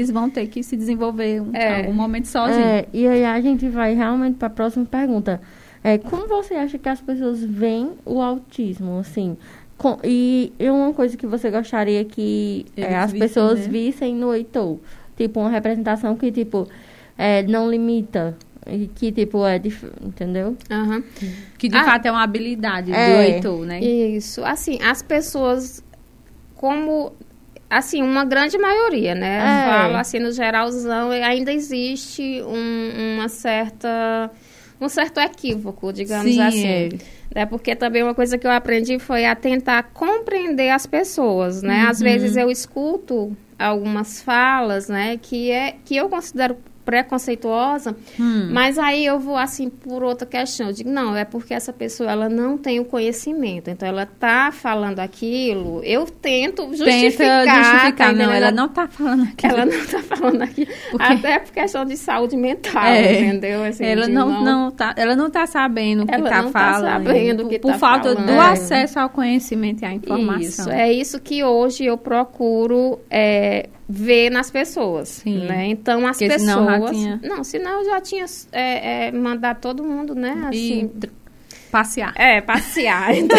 Speaker 3: eles vão ter que se desenvolver um,
Speaker 1: É.
Speaker 3: em algum momento sozinhos.
Speaker 2: É, e aí a gente vai realmente para a próxima pergunta. É, como você acha que as pessoas veem o autismo, assim? Com, e, e uma coisa que você gostaria que
Speaker 3: Eles
Speaker 2: é, as
Speaker 3: vissem,
Speaker 2: pessoas
Speaker 3: né?
Speaker 2: vissem no Heitor? Tipo, uma representação que, tipo, é, não limita. E que, tipo, é... Dif... Entendeu?
Speaker 1: Aham.
Speaker 3: Que de
Speaker 1: Ah.
Speaker 3: fato é uma habilidade
Speaker 2: É.
Speaker 3: do Heitor, né?
Speaker 1: Isso. Assim, as pessoas, como... Assim, uma grande maioria, né?
Speaker 2: É.
Speaker 1: Falo assim, no geralzão, ainda existe um, uma certa... Um certo equívoco, digamos
Speaker 3: Sim,
Speaker 1: assim.
Speaker 3: é.
Speaker 1: Né? Porque também uma coisa que eu aprendi foi a tentar compreender as pessoas, né? Às vezes eu escuto algumas falas, né? Que, é, que eu considero preconceituosa,
Speaker 3: Hum.
Speaker 1: mas aí eu vou assim por outra questão. Eu digo, não, é porque essa pessoa ela não tem o conhecimento. Então ela tá falando aquilo, eu tento justificar.
Speaker 3: Tenta justificar,
Speaker 1: tá
Speaker 3: não,
Speaker 1: entendendo?
Speaker 3: ela não tá falando aqui.
Speaker 1: Ela não tá falando aquilo.
Speaker 3: Porque-
Speaker 1: Até por questão de saúde mental,
Speaker 3: É.
Speaker 1: entendeu? Assim,
Speaker 3: Ela
Speaker 1: de
Speaker 3: não, não tá, ela não tá sabendo o que
Speaker 1: Ela
Speaker 3: tá
Speaker 1: não tá
Speaker 3: falando.
Speaker 1: sabendo o
Speaker 3: por,
Speaker 1: que
Speaker 3: por
Speaker 1: tá
Speaker 3: falta
Speaker 1: falando.
Speaker 3: do
Speaker 1: É.
Speaker 3: acesso ao conhecimento e à informação.
Speaker 1: Isso, é isso que hoje eu procuro é, ver nas pessoas,
Speaker 3: Sim.
Speaker 1: né? Então, as
Speaker 3: Porque
Speaker 1: pessoas...
Speaker 3: senão já tinha-
Speaker 1: Não, senão eu já tinha é, é, mandado todo mundo, né?
Speaker 3: E
Speaker 1: Assim,
Speaker 3: tr- passear.
Speaker 1: é, passear. Então.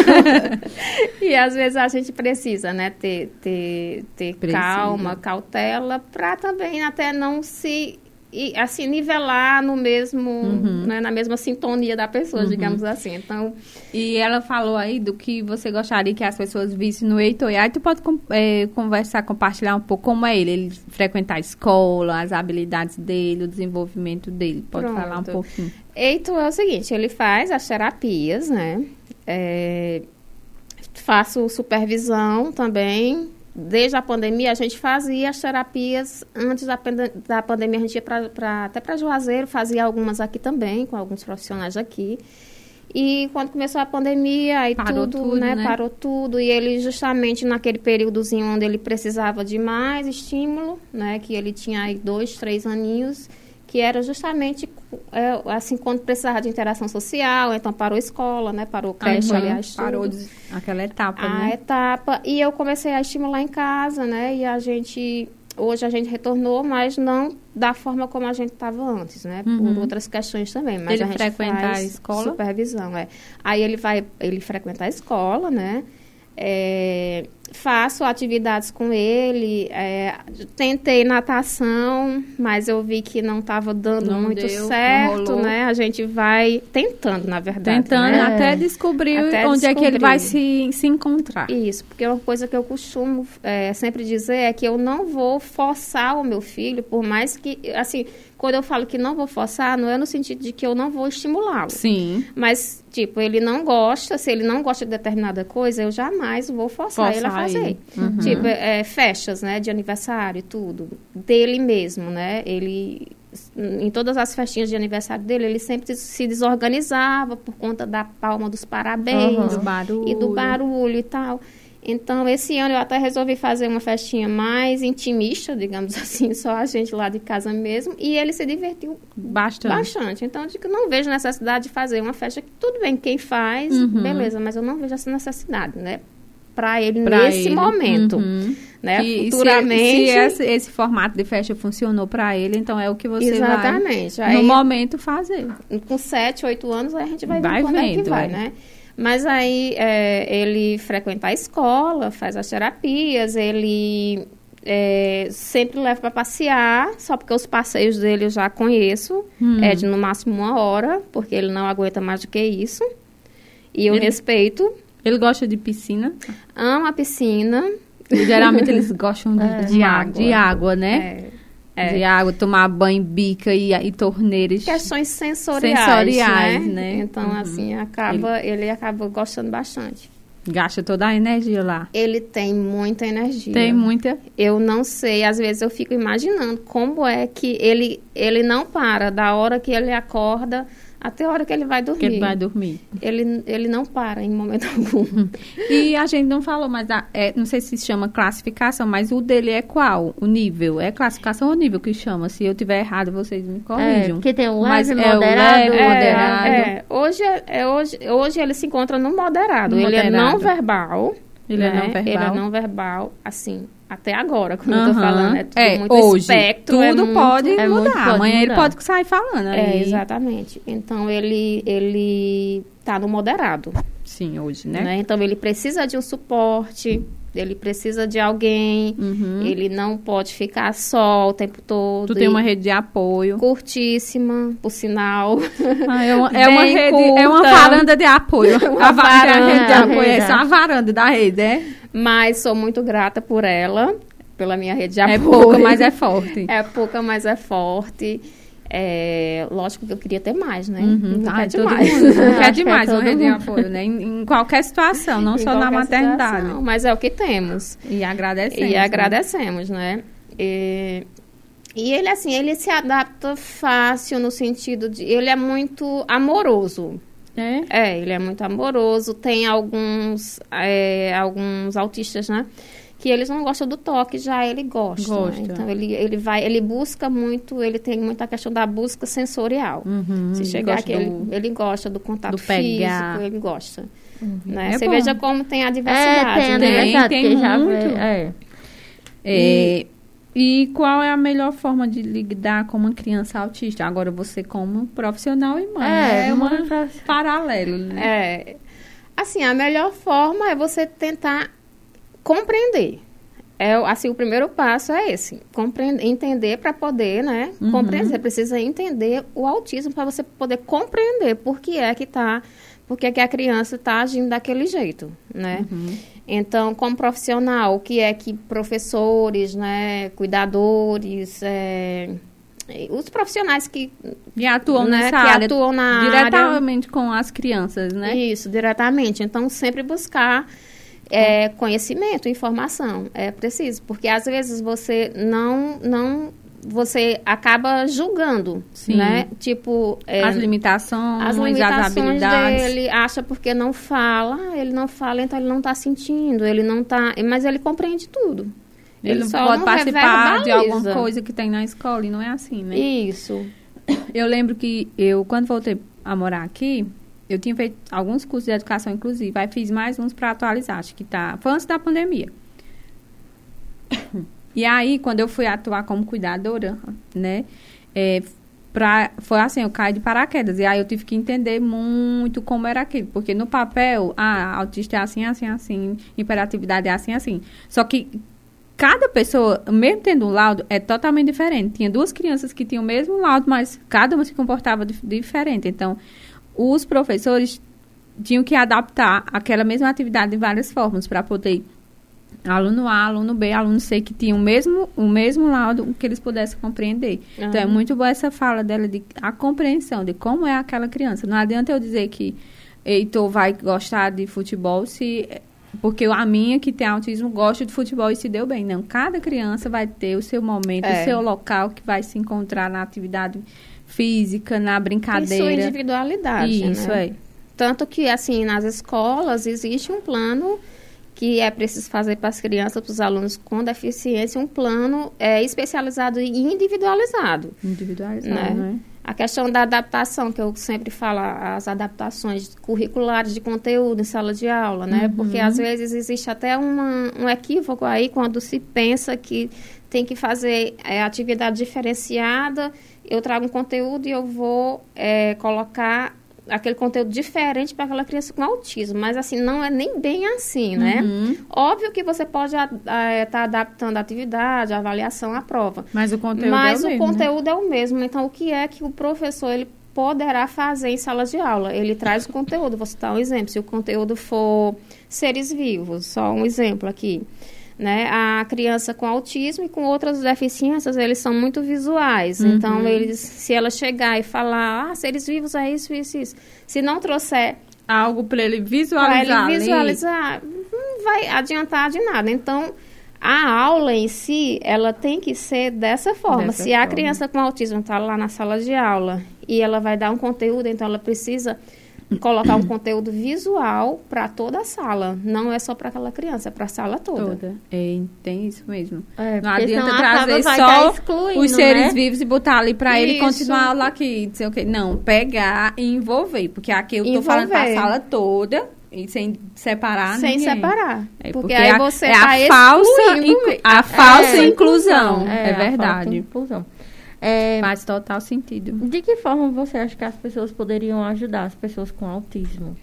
Speaker 1: E às vezes a gente precisa, né? Ter, ter, ter
Speaker 3: Precisa.
Speaker 1: calma, cautela, para também até não se... E, assim, nivelar no mesmo,
Speaker 3: Uhum.
Speaker 1: né, na mesma sintonia da pessoa, digamos assim. Então,
Speaker 3: E ela falou aí do que você gostaria que as pessoas vissem no Heitor. E aí tu pode com- é, conversar, compartilhar um pouco como é ele. Ele frequentar a escola, as habilidades dele, o desenvolvimento dele. Pode
Speaker 1: Pronto.
Speaker 3: falar um pouquinho.
Speaker 1: Heitor é o seguinte, ele faz as terapias, né? É, faço supervisão também. Desde a pandemia, a gente fazia as terapias. Antes da, pande- da pandemia, a gente ia pra, pra, até para Juazeiro, fazia algumas aqui também, com alguns profissionais aqui. E quando começou a pandemia, aí
Speaker 3: Parou
Speaker 1: tudo,
Speaker 3: tudo,
Speaker 1: né,
Speaker 3: né?
Speaker 1: parou tudo. E ele, justamente naquele períodozinho onde ele precisava de mais estímulo, né, que ele tinha aí dois, três aninhos, que era justamente, é, assim, quando precisava de interação social, então parou a escola, né, parou creche,
Speaker 3: Uhum.
Speaker 1: aliás,
Speaker 3: Parou
Speaker 1: tudo.
Speaker 3: de- aquela etapa,
Speaker 1: A
Speaker 3: né?
Speaker 1: etapa. E eu comecei a estimular em casa, né, e a gente... Hoje a gente retornou, mas não da forma como a gente estava antes, né?
Speaker 3: Uhum.
Speaker 1: Por outras questões também. Mas
Speaker 3: Ele
Speaker 1: a gente
Speaker 3: frequenta
Speaker 1: faz
Speaker 3: a escola?
Speaker 1: Supervisão, é. Aí ele vai, ele frequenta a escola, né? É, faço atividades com ele. É, tentei natação, mas eu vi que não estava dando
Speaker 3: Não
Speaker 1: muito
Speaker 3: deu, não
Speaker 1: certo,
Speaker 3: rolou.
Speaker 1: né? A gente vai tentando, na verdade.
Speaker 3: Tentando
Speaker 1: né?
Speaker 3: até descobrir
Speaker 1: Até
Speaker 3: onde é que ele
Speaker 1: descobrir.
Speaker 3: vai se, se encontrar.
Speaker 1: Isso, porque uma coisa que eu costumo é, sempre dizer é que eu não vou forçar o meu filho, por mais que, assim, quando eu falo que não vou forçar, não é no sentido de que eu não vou estimulá-lo.
Speaker 3: Sim.
Speaker 1: Mas, tipo, ele não gosta, se ele não gosta de determinada coisa, eu jamais vou forçar, ele a
Speaker 3: Forçar
Speaker 1: fazer.
Speaker 3: ele. Uhum.
Speaker 1: Tipo, é, festas, né, de aniversário e tudo, dele mesmo, né, ele... Em todas as festinhas de aniversário dele, ele sempre se desorganizava por conta da palma dos parabéns,
Speaker 2: Uhum.
Speaker 3: Do barulho.
Speaker 1: e do barulho e tal. Então, esse ano eu até resolvi fazer uma festinha mais intimista, digamos assim, só a gente lá de casa mesmo, e ele se divertiu
Speaker 3: Bastante.
Speaker 1: bastante. Então, eu digo, não vejo necessidade de fazer uma festa que, tudo bem, quem faz,
Speaker 3: Uhum.
Speaker 1: beleza, mas eu não vejo essa necessidade, né? Para ele
Speaker 3: Pra
Speaker 1: nesse
Speaker 3: ele.
Speaker 1: momento,
Speaker 3: Uhum.
Speaker 1: né?
Speaker 3: Que se-
Speaker 1: Futuramente...
Speaker 3: Se, esse, esse formato de festa funcionou para ele, então é o que você
Speaker 1: Exatamente.
Speaker 3: vai, no
Speaker 1: Aí-
Speaker 3: momento, fazer.
Speaker 1: com sete, oito anos, aí a gente vai,
Speaker 3: Vai
Speaker 1: ver quando é que
Speaker 3: vendo,
Speaker 1: vai,
Speaker 3: é.
Speaker 1: né? Mas aí é, ele frequenta a escola, faz as terapias, ele é, sempre leva para passear, só porque os passeios dele eu já conheço,
Speaker 3: Hum.
Speaker 1: é de no máximo uma hora, porque ele não aguenta mais do que isso. E eu
Speaker 3: Ele-
Speaker 1: respeito,
Speaker 3: Ele gosta de piscina.
Speaker 1: amo a piscina.
Speaker 3: Geralmente eles gostam de,
Speaker 2: É.
Speaker 3: de,
Speaker 1: De
Speaker 3: água,
Speaker 1: água.
Speaker 3: de água, né?
Speaker 1: É, é.
Speaker 3: De água, tomar banho, bica e, e torneiras.
Speaker 1: Questões sensoriais,
Speaker 3: Sensoriais,
Speaker 1: né?
Speaker 3: né?
Speaker 1: Então,
Speaker 3: Uhum.
Speaker 1: assim, acaba, ele acaba gostando bastante.
Speaker 3: Gasta toda a energia lá.
Speaker 1: Ele tem muita energia.
Speaker 3: Tem muita.
Speaker 1: Eu não sei, às vezes eu fico imaginando como é que ele, ele não para da hora que ele acorda até a hora que ele vai dormir.
Speaker 3: Que ele vai dormir.
Speaker 1: Ele, ele não para em momento algum.
Speaker 3: E a gente não falou, mas a- é, não sei se se chama classificação, mas o dele é qual? O nível? É classificação ou nível que chama? Se eu tiver errado, vocês me
Speaker 2: É,
Speaker 3: corrijam.
Speaker 2: porque tem o
Speaker 3: Mas
Speaker 2: leve,
Speaker 3: é o
Speaker 2: moderado...
Speaker 3: leve,
Speaker 1: É,
Speaker 3: moderado.
Speaker 1: é, hoje, é- é hoje, hoje ele se encontra no moderado.
Speaker 3: No
Speaker 1: ele é
Speaker 3: moderado.
Speaker 1: não verbal.
Speaker 3: Ele é
Speaker 1: né?
Speaker 3: não verbal.
Speaker 1: Ele é não verbal, assim, até agora, como
Speaker 3: uhum.
Speaker 1: eu tô falando. É tudo
Speaker 3: é,
Speaker 1: muito
Speaker 3: hoje,
Speaker 1: espectro.
Speaker 3: Tudo
Speaker 1: é muito,
Speaker 3: pode
Speaker 2: é
Speaker 3: mudar.
Speaker 2: muito, pode
Speaker 3: Amanhã
Speaker 2: mudar.
Speaker 3: ele pode sair falando. Aí.
Speaker 1: É, exatamente. Então, ele, ele tá no moderado.
Speaker 3: Sim, hoje, né?
Speaker 1: né? Então, ele precisa de um suporte, ele precisa de alguém,
Speaker 3: Uhum.
Speaker 1: ele não pode ficar só o tempo todo.
Speaker 3: Tu tem uma rede de apoio.
Speaker 1: Curtíssima, por sinal.
Speaker 3: Ah, é, uma, é, uma
Speaker 1: Bem
Speaker 3: rede,
Speaker 1: curta.
Speaker 3: é uma varanda de apoio.
Speaker 1: Uma
Speaker 3: a varanda,
Speaker 1: varanda,
Speaker 3: a rede de apoio,
Speaker 2: é
Speaker 3: é só a varanda da rede, é?
Speaker 1: Mas sou muito grata por ela, pela minha rede de
Speaker 3: É
Speaker 1: apoio.
Speaker 3: pouca, mas é forte.
Speaker 1: É pouca, mas é forte. É, lógico que eu queria ter mais, né?
Speaker 3: Uhum.
Speaker 1: Nunca
Speaker 3: Ah,
Speaker 1: é
Speaker 3: todo
Speaker 1: demais.
Speaker 3: mundo
Speaker 2: Acho
Speaker 3: quer
Speaker 2: que é
Speaker 3: demais uma
Speaker 2: todo
Speaker 3: rede de
Speaker 2: mundo.
Speaker 3: apoio, né? Em, em qualquer situação, não
Speaker 1: Em
Speaker 3: só na
Speaker 1: qualquer
Speaker 3: maternidade.
Speaker 1: situação, mas é o que temos.
Speaker 3: E agradecemos.
Speaker 1: E
Speaker 3: né?
Speaker 1: agradecemos, né? E, e ele, assim, ele se adapta fácil no sentido de... Ele é muito amoroso.
Speaker 3: É?
Speaker 1: É, ele é muito amoroso. Tem alguns, é, alguns autistas, né? Que eles não gostam do toque, já ele gosta.
Speaker 3: Gosta.
Speaker 1: Né? Então, ele, ele vai... Ele busca muito... Ele tem muita questão da busca sensorial.
Speaker 3: Uhum,
Speaker 1: Se chegar
Speaker 3: gosta
Speaker 1: aqui,
Speaker 3: do-
Speaker 1: ele, ele gosta do contato
Speaker 3: do pegar.
Speaker 1: físico, ele gosta. Né?
Speaker 3: É
Speaker 1: Você
Speaker 3: bom.
Speaker 1: veja como tem a
Speaker 2: É,
Speaker 1: diversidade,
Speaker 2: tem a
Speaker 1: né?
Speaker 2: diversidade,
Speaker 3: Tem
Speaker 2: porque já
Speaker 3: muito.
Speaker 2: vê- é.
Speaker 3: É, e qual é a melhor forma de lidar com uma criança autista? Agora, você como profissional e mãe.
Speaker 2: É,
Speaker 3: É, uma
Speaker 2: mãe faz-
Speaker 3: paralelo, né?
Speaker 1: É, assim, a melhor forma é você tentar compreender. É, o- assim, o primeiro passo é esse, compreender, entender para poder, né,
Speaker 3: Uhum.
Speaker 1: compreender. Você precisa entender o autismo para você poder compreender por que é que tá, por que é que a criança está agindo daquele jeito, né?
Speaker 3: Uhum.
Speaker 1: Então, como profissional, o que é que professores, né, cuidadores, é, os profissionais que,
Speaker 3: E atuam
Speaker 1: né,
Speaker 3: nessa
Speaker 1: que
Speaker 3: área
Speaker 1: atuam na área...
Speaker 3: diretamente com as crianças, né?
Speaker 1: Isso, diretamente. Então, sempre buscar é, conhecimento, informação. É preciso, porque às vezes você não, não você acaba julgando,
Speaker 3: Sim.
Speaker 1: né? Tipo, é,
Speaker 3: As limitações,
Speaker 1: as
Speaker 3: as
Speaker 1: limitações
Speaker 3: habilidades.
Speaker 1: dele, acha porque não fala, ah, ele não fala, então ele não está sentindo, ele não tá, mas ele compreende tudo.
Speaker 3: Ele,
Speaker 1: só
Speaker 3: pode
Speaker 1: não
Speaker 3: participar de
Speaker 1: reverbaliza.
Speaker 3: alguma coisa que tem na escola e não é assim, né?
Speaker 1: Isso.
Speaker 3: Eu lembro que eu, quando voltei a morar aqui, eu tinha feito alguns cursos de educação inclusiva, aí fiz mais uns para atualizar, acho que tá, foi antes da pandemia. E aí, quando eu fui atuar como cuidadora, né, é, pra, foi assim, eu caí de paraquedas, e aí eu tive que entender muito como era aquilo, porque no papel, ah, autista é assim, assim, assim, hiperatividade é assim, assim, só que cada pessoa, mesmo tendo um laudo, é totalmente diferente. Tinha duas crianças que tinham o mesmo laudo, mas cada uma se comportava dif- diferente. Então, os professores tinham que adaptar aquela mesma atividade de várias formas para poder aluno A, aluno B, aluno C, que tinham o mesmo, o mesmo laudo, que eles pudessem compreender.
Speaker 1: Uhum.
Speaker 3: Então, é muito boa essa fala dela, de a compreensão de como é aquela criança. Não adianta eu dizer que Heitor vai gostar de futebol se... Porque a minha, que tem autismo, gosta de futebol e se deu bem. Não, cada criança vai ter o seu momento,
Speaker 1: É.
Speaker 3: o seu local que vai se encontrar na atividade física, na
Speaker 1: Tem sua
Speaker 3: brincadeira.
Speaker 1: individualidade,
Speaker 3: Isso,
Speaker 1: né?
Speaker 3: é.
Speaker 1: Tanto que, assim, nas escolas existe um plano que é preciso fazer para as crianças, para os alunos com deficiência, um plano é, especializado e individualizado.
Speaker 3: Individualizado,
Speaker 1: Né?
Speaker 3: né?
Speaker 1: A questão da adaptação, que eu sempre falo, as adaptações curriculares de conteúdo em sala de aula, né?
Speaker 3: Uhum.
Speaker 1: Porque, às vezes, existe até uma, um equívoco aí quando se pensa que tem que fazer é, atividade diferenciada, eu trago um conteúdo e eu vou é, colocar aquele conteúdo diferente para aquela criança com autismo. Mas, assim, não é nem bem assim, né?
Speaker 3: Uhum.
Speaker 1: Óbvio que você pode estar adaptando a atividade, a avaliação, a prova.
Speaker 3: Mas o conteúdo
Speaker 1: Mas
Speaker 3: é o,
Speaker 1: o
Speaker 3: mesmo, né?
Speaker 1: conteúdo é o mesmo. Então, o que é que o professor ele poderá fazer em sala de aula? Ele traz o conteúdo. Vou citar um exemplo. Se o conteúdo for seres vivos, só um exemplo aqui. Né? A criança com autismo e com outras deficiências, eles são muito visuais.
Speaker 3: Uhum.
Speaker 1: Então, eles, se ela chegar e falar, ah, seres vivos é isso, isso, isso. Se não trouxer
Speaker 3: Algo para ele
Speaker 1: para
Speaker 3: visualizar.
Speaker 1: ele
Speaker 3: ali.
Speaker 1: visualizar, não vai adiantar de nada. Então, a aula em si, ela tem que ser dessa forma.
Speaker 3: Dessa
Speaker 1: Se a
Speaker 3: forma.
Speaker 1: criança com autismo está lá na sala de aula e ela vai dar um conteúdo, então ela precisa colocar um conteúdo visual para toda a sala. Não é só para aquela criança, é para a sala toda.
Speaker 3: Toda. É, tem isso mesmo.
Speaker 2: É,
Speaker 3: Não
Speaker 2: porque
Speaker 3: adianta
Speaker 2: senão acaba-
Speaker 3: trazer
Speaker 2: vai
Speaker 3: só
Speaker 2: tá excluindo,
Speaker 3: os seres
Speaker 2: né?
Speaker 3: vivos e botar ali pra ele
Speaker 1: Isso.
Speaker 3: continuar a aula aqui, não sei o quê. Não, pegar e envolver. Porque aqui eu tô falando pra
Speaker 1: Envolver.
Speaker 3: sala toda, e sem separar
Speaker 1: Sem
Speaker 3: ninguém.
Speaker 1: separar.
Speaker 3: É,
Speaker 1: porque,
Speaker 3: porque
Speaker 1: aí
Speaker 3: a,
Speaker 1: você
Speaker 3: é
Speaker 1: tá
Speaker 3: a falsa,
Speaker 1: excluindo
Speaker 3: inclu,
Speaker 1: mesmo.
Speaker 3: a falsa
Speaker 2: É,
Speaker 3: inclusão.
Speaker 2: É,
Speaker 3: É,
Speaker 2: a falta de
Speaker 3: verdade.
Speaker 2: inclusão. É,
Speaker 3: Faz total sentido.
Speaker 2: de que forma você acha que as pessoas poderiam ajudar as pessoas com autismo?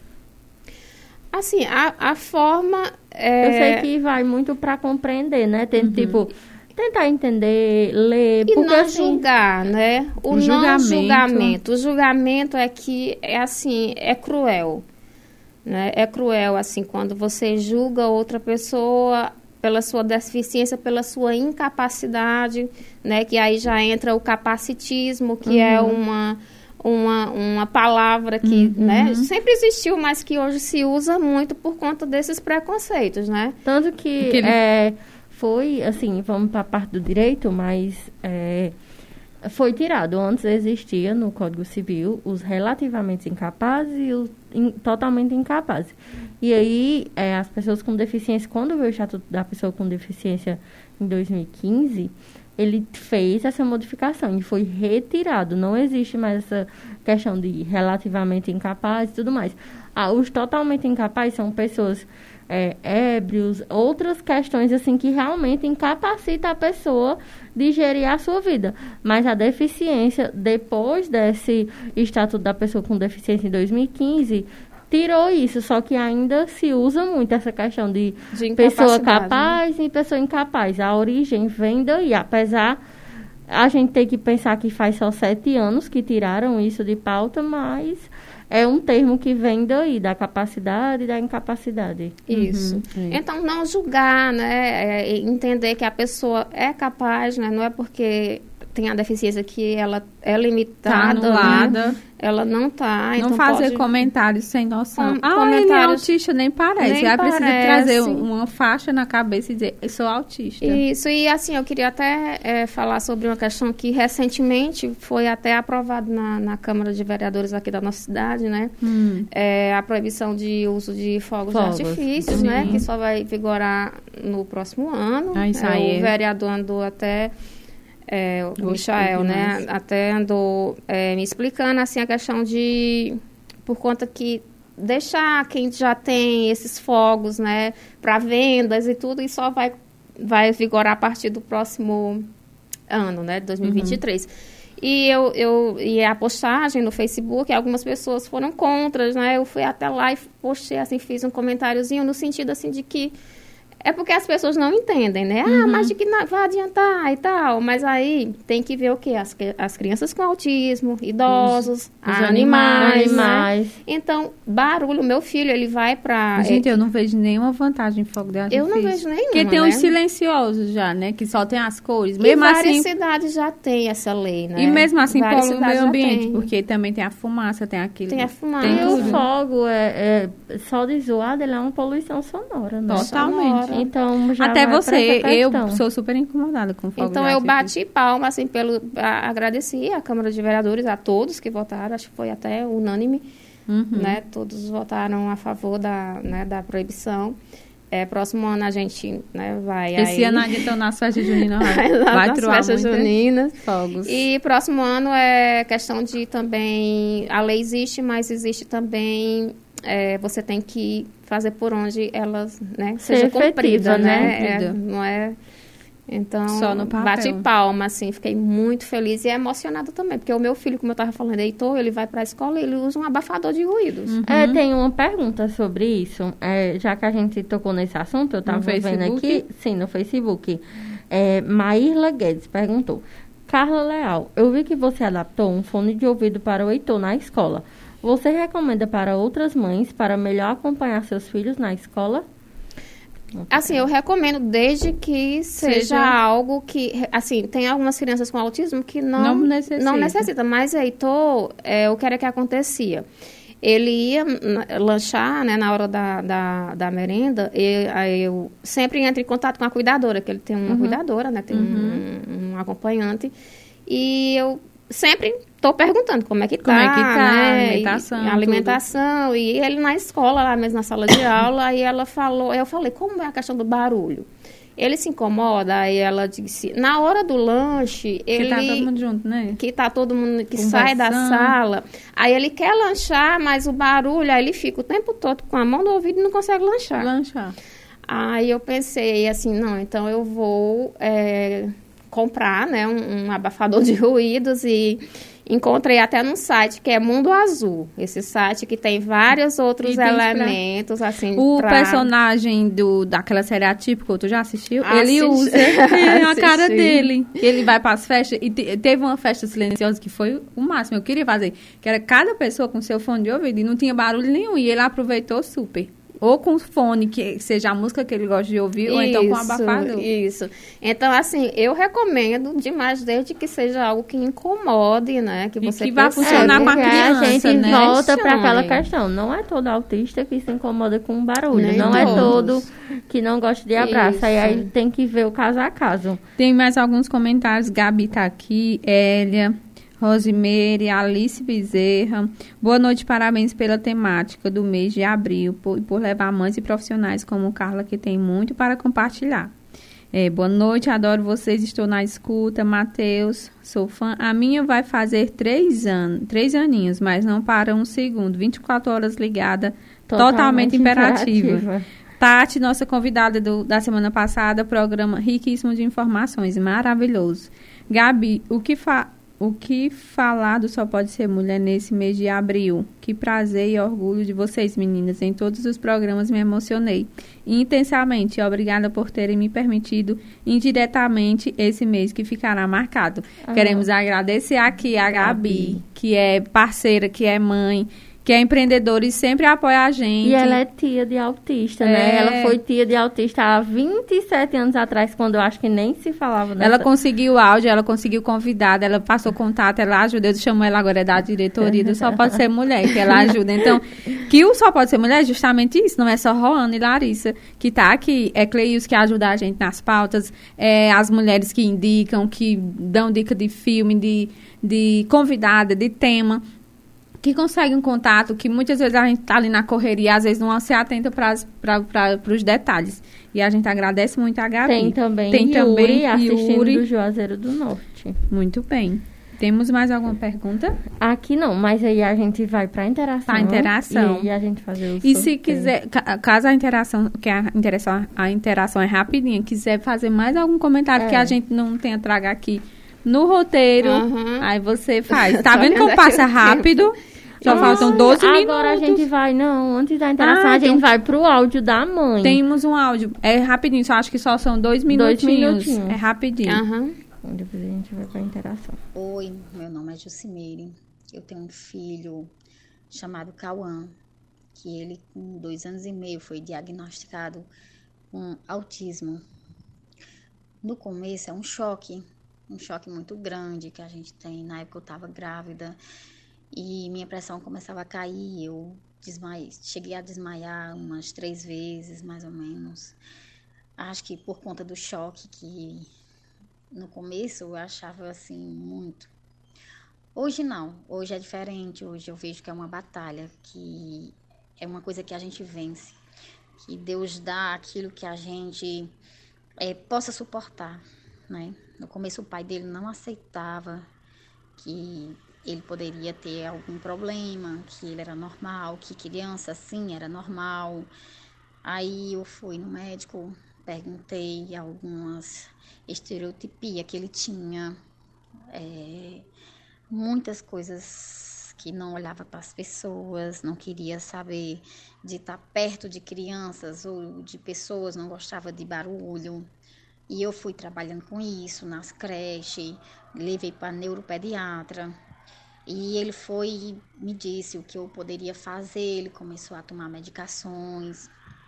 Speaker 1: Assim, a, a forma... É...
Speaker 2: Eu sei que vai muito para compreender, né? Tem, tipo, tentar entender, ler,
Speaker 1: E
Speaker 2: porque
Speaker 1: não
Speaker 2: assim...
Speaker 1: julgar, né? O,
Speaker 3: O
Speaker 1: não
Speaker 3: julgamento.
Speaker 1: julgamento. O julgamento é que, é assim, é cruel. Né? É cruel, assim, quando você julga outra pessoa pela sua deficiência, pela sua incapacidade, né? Que aí já entra o capacitismo, que
Speaker 2: Uhum.
Speaker 1: é uma... Uma, uma palavra que
Speaker 3: Uhum.
Speaker 1: né, sempre existiu, mas que hoje se usa muito por conta desses preconceitos, né?
Speaker 2: Tanto que
Speaker 3: Que ele-
Speaker 2: é, foi, assim, vamos para a parte do direito, mas é, foi tirado. Antes existia no Código Civil os relativamente incapazes e os in, totalmente incapazes. E aí, é, as pessoas com deficiência, quando veio o Estatuto da Pessoa com Deficiência em dois mil e quinze... ele fez essa modificação e foi retirado. Não existe mais essa questão de relativamente incapaz e tudo mais. Ah, os totalmente incapazes são pessoas é, ébrios, outras questões assim que realmente incapacitam a pessoa de gerir a sua vida. Mas a deficiência, depois desse Estatuto da Pessoa com Deficiência em dois mil e quinze... tirou isso, só que ainda se usa muito essa questão de,
Speaker 1: De
Speaker 2: pessoa
Speaker 1: incapacidade,
Speaker 2: capaz e pessoa incapaz. A origem vem daí, apesar a gente ter que pensar que faz só sete anos que tiraram isso de pauta, mas é um termo que vem daí, da capacidade e da incapacidade.
Speaker 1: Isso.
Speaker 3: Uhum, é.
Speaker 1: Então, não julgar, né? É, entender que a pessoa é capaz, né? Não é porque tem a deficiência que ela é limitada,
Speaker 3: Tá anulada.
Speaker 1: né? Ela não tá.
Speaker 3: Não
Speaker 1: então
Speaker 3: fazer
Speaker 1: pode...
Speaker 3: comentários sem noção.
Speaker 1: Com-
Speaker 3: ah, ele é
Speaker 1: comentários-
Speaker 3: autista, nem parece.
Speaker 1: Nem
Speaker 3: Aí precisa
Speaker 1: parece.
Speaker 3: trazer uma faixa na cabeça e dizer, eu sou autista.
Speaker 1: Isso, e assim, eu queria até é, falar sobre uma questão que recentemente foi até aprovado na, na Câmara de Vereadores aqui da nossa cidade, né?
Speaker 3: Hum.
Speaker 1: É, a proibição de uso de fogos,
Speaker 2: Fogos,
Speaker 1: de artifícios,
Speaker 3: sim.
Speaker 1: né? Que só vai vigorar no próximo ano.
Speaker 3: Ah, isso
Speaker 1: É,
Speaker 3: aí
Speaker 1: o
Speaker 3: é-
Speaker 1: vereador andou até... É, o
Speaker 3: Gostei
Speaker 1: Michael, né?
Speaker 3: demais.
Speaker 1: Até andou é, me explicando assim a questão de por conta que deixar quem já tem esses fogos, né, para vendas e tudo, e só vai vai vigorar a partir do próximo ano, né, dois mil e vinte e três. Uhum. E eu, eu e a postagem no Facebook, algumas pessoas foram contra, né? Eu fui até lá e postei assim, fiz um comentáriozinho no sentido assim de que é porque as pessoas não entendem, né?
Speaker 3: Uhum.
Speaker 1: Ah, mas de que na- vai adiantar e tal. Mas aí tem que ver o quê? As, que- as crianças com autismo, idosos,
Speaker 3: Os
Speaker 1: animais,
Speaker 2: animais.
Speaker 1: né? Então, barulho, meu filho, ele vai pra...
Speaker 3: Gente, eu não vejo nenhuma vantagem em fogo de artifício.
Speaker 1: eu não vejo nenhuma,
Speaker 3: Porque tem
Speaker 1: né?
Speaker 3: uns silenciosos já, né? Que só tem as cores.
Speaker 1: E
Speaker 3: Mesmo
Speaker 1: várias
Speaker 3: assim...
Speaker 1: cidades já tem essa lei, né?
Speaker 3: E mesmo assim
Speaker 1: Várias
Speaker 3: polui o
Speaker 1: cidades
Speaker 3: meio
Speaker 1: já
Speaker 3: ambiente,
Speaker 1: tem.
Speaker 3: porque também tem a fumaça, tem aquilo.
Speaker 1: Tem a fumaça.
Speaker 3: Tem
Speaker 2: E o
Speaker 3: tudo.
Speaker 2: fogo, é, é, só de zoado, ele é uma poluição sonora, né?
Speaker 3: Totalmente.
Speaker 1: Sonora.
Speaker 2: Então, já
Speaker 3: Até
Speaker 2: vai pra
Speaker 3: você,
Speaker 2: essa
Speaker 3: eu
Speaker 2: questão.
Speaker 3: sou super incomodada com fogo
Speaker 1: Então
Speaker 3: de
Speaker 1: eu
Speaker 3: artifício.
Speaker 1: bati palma, assim, pelo, a, agradeci a Câmara de Vereadores, a todos que votaram, acho que foi até unânime,
Speaker 3: Uhum.
Speaker 1: né? Todos votaram a favor da, né, da proibição. É, próximo ano a gente, né, vai
Speaker 3: Esse
Speaker 1: aí...
Speaker 3: ano a gente tá nas festas juninas,
Speaker 1: vai
Speaker 3: vai,
Speaker 1: lá
Speaker 3: vai
Speaker 1: nas
Speaker 3: truar
Speaker 1: festas
Speaker 3: muito
Speaker 1: juninas.
Speaker 3: fogos.
Speaker 1: E próximo ano é questão de também... A lei existe, mas existe também... é, você tem que fazer por onde ela, né,
Speaker 2: Ser
Speaker 1: seja
Speaker 2: efetiva,
Speaker 1: cumprida,
Speaker 2: né?
Speaker 1: né? É,
Speaker 3: Cumprida.
Speaker 1: não é... Então,
Speaker 3: Só no papel.
Speaker 1: bate palma, assim, fiquei muito feliz e emocionada também, porque o meu filho, como eu estava falando, Heitor, ele vai para a escola e ele usa um abafador de ruídos.
Speaker 3: Uhum.
Speaker 2: É, tem uma pergunta sobre isso. É, já que a gente tocou nesse assunto, eu estava vendo
Speaker 3: Facebook?
Speaker 2: aqui. Sim, no Facebook. É, Maírla Guedes perguntou. Carla Leal, eu vi que você adaptou um fone de ouvido para o Heitor na escola. Você recomenda para outras mães para melhor acompanhar seus filhos na escola?
Speaker 1: Assim, eu recomendo desde que seja,
Speaker 3: Seja-
Speaker 1: algo que... Assim, tem algumas crianças com autismo que não,
Speaker 3: Não necessita.
Speaker 1: não necessita. Mas Heitor, é, o que era que acontecia? Ele ia na- lanchar, né, na hora da, da, da merenda, e aí eu sempre entro em contato com a cuidadora, que ele tem uma cuidadora, né, tem um, um acompanhante, e eu sempre estou perguntando como é que
Speaker 3: Como
Speaker 1: tá,
Speaker 3: é que tá,
Speaker 1: né,
Speaker 3: alimentação,
Speaker 1: e, alimentação, e ele na escola, lá mesmo na sala de aula, aí ela falou, eu falei, como é a questão do barulho? ele se incomoda, aí ela disse, na hora do lanche, ele...
Speaker 3: Que tá todo mundo junto, né?
Speaker 1: Que tá todo mundo, que sai da sala, aí ele quer lanchar, mas o barulho, aí ele fica o tempo todo com a mão no ouvido e não consegue lanchar.
Speaker 3: Lanchar.
Speaker 1: Aí eu pensei assim, não, então eu vou é, comprar, né, um, um abafador de ruídos e... Encontrei até num site que é Mundo Azul. Esse site que tem vários outros elementos, pra... assim,
Speaker 3: O
Speaker 1: pra...
Speaker 3: personagem do, daquela série Atípica, tu já assistiu?
Speaker 1: Assisti.
Speaker 3: Ele usa é a cara dele. Ele vai para as festas. E te, teve uma festa silenciosa que foi o máximo. Eu queria fazer. Que era cada pessoa com seu fone de ouvido e não tinha barulho nenhum. E ele aproveitou super. Ou com fone, que seja a música que ele gosta de ouvir, isso, ou então com abafador.
Speaker 1: Isso. Então, assim, eu recomendo demais, desde que seja algo que incomode, né? Que você
Speaker 3: e que vai funcionar
Speaker 2: é,
Speaker 3: com a criança,
Speaker 2: a gente
Speaker 3: né?
Speaker 2: volta para aquela questão. Não é todo autista que se incomoda com barulho.
Speaker 1: Nem
Speaker 2: não
Speaker 1: todos.
Speaker 2: é todo que não gosta de abraço.
Speaker 1: Isso.
Speaker 2: Aí, aí tem que ver o caso a caso.
Speaker 3: Tem mais alguns comentários. Gabi tá aqui, Hélia... Rosimeire, Alice Bezerra. Boa noite, parabéns pela temática do mês de abril, por, por levar mães e profissionais como Carla, que tem muito para compartilhar. É, boa noite, adoro vocês, estou na escuta. Matheus, sou fã. A minha vai fazer três anos, três aninhos, mas não para um segundo. vinte e quatro horas ligada, totalmente, totalmente imperativa. imperativa. Tati, nossa convidada do, da semana passada, programa riquíssimo de informações, maravilhoso. Gabi, o que fa... O que falado só pode ser mulher nesse mês de abril. Que prazer e orgulho de vocês, meninas. Em todos os programas me emocionei intensamente. Obrigada por terem me permitido indiretamente esse mês que ficará marcado. Ah. Queremos agradecer aqui a Gabi, Gabi, que é parceira, que é mãe, que é empreendedora e sempre apoia a gente.
Speaker 2: E ela é tia de autista, é. né? Ela foi tia de autista há vinte e sete anos atrás, quando eu acho que nem se falava dessa...
Speaker 3: Ela conseguiu áudio, ela conseguiu convidada, ela passou contato, ela ajuda. Eu chamo ela agora da diretoria do Só Pode Ser Mulher, que ela ajuda. Então, que o Só Pode Ser Mulher é justamente isso, não é só Roana e Larissa que tá aqui. É Cleios que ajuda a gente nas pautas, é as mulheres que indicam, que dão dica de filme, de, de convidada, de tema, que consegue um contato, que muitas vezes a gente está ali na correria, às vezes não se atenta para os detalhes. E a gente agradece muito a Gabi.
Speaker 2: Tem também
Speaker 3: Tem
Speaker 2: Yuri
Speaker 3: também
Speaker 2: assistindo
Speaker 3: Yuri.
Speaker 2: do Juazeiro do Norte.
Speaker 3: Muito bem. Temos mais alguma pergunta?
Speaker 2: Aqui não, mas aí a gente vai para a interação.
Speaker 3: Para interação.
Speaker 2: E aí a gente fazer o
Speaker 3: E
Speaker 2: sorteio.
Speaker 3: se quiser, caso a interação, que a interação, a interação é rapidinha, quiser fazer mais algum comentário é. que a gente não tenha trago aqui no roteiro, uhum. aí você faz. Tá vendo como passa rápido? Já faltam doze minutos.
Speaker 2: Agora a gente vai, não, antes da interação, ah, a gente então vai pro áudio da mãe.
Speaker 3: Temos um áudio, é rapidinho, só acho que só são dois minutinhos. Dois minutinhos. É rapidinho.
Speaker 2: Uhum. Depois a gente vai pra interação.
Speaker 6: Oi, meu nome é Jucimeire. Eu tenho um filho chamado Cauã, que ele com dois anos e meio foi diagnosticado com autismo. No começo é um choque, um choque muito grande que a gente tem. Na época eu estava grávida e minha pressão começava a cair, eu desmaiei, cheguei a desmaiar umas três vezes, mais ou menos. Acho que por conta do choque que no começo eu achava assim muito. Hoje não, hoje é diferente, hoje eu vejo que é uma batalha, que é uma coisa que a gente vence, que Deus dá aquilo que a gente é, possa suportar, né? No começo o pai dele não aceitava que ele poderia ter algum problema, que ele era normal, que criança assim era normal. Aí eu fui no médico, perguntei algumas estereotipias que ele tinha, é, muitas coisas que não olhava para as pessoas, não queria saber de estar perto de crianças ou de pessoas, não gostava de barulho. E eu fui trabalhando com isso nas creches, levei para neuropediatra. E ele foi e me disse o que eu poderia fazer, ele começou a tomar medicações.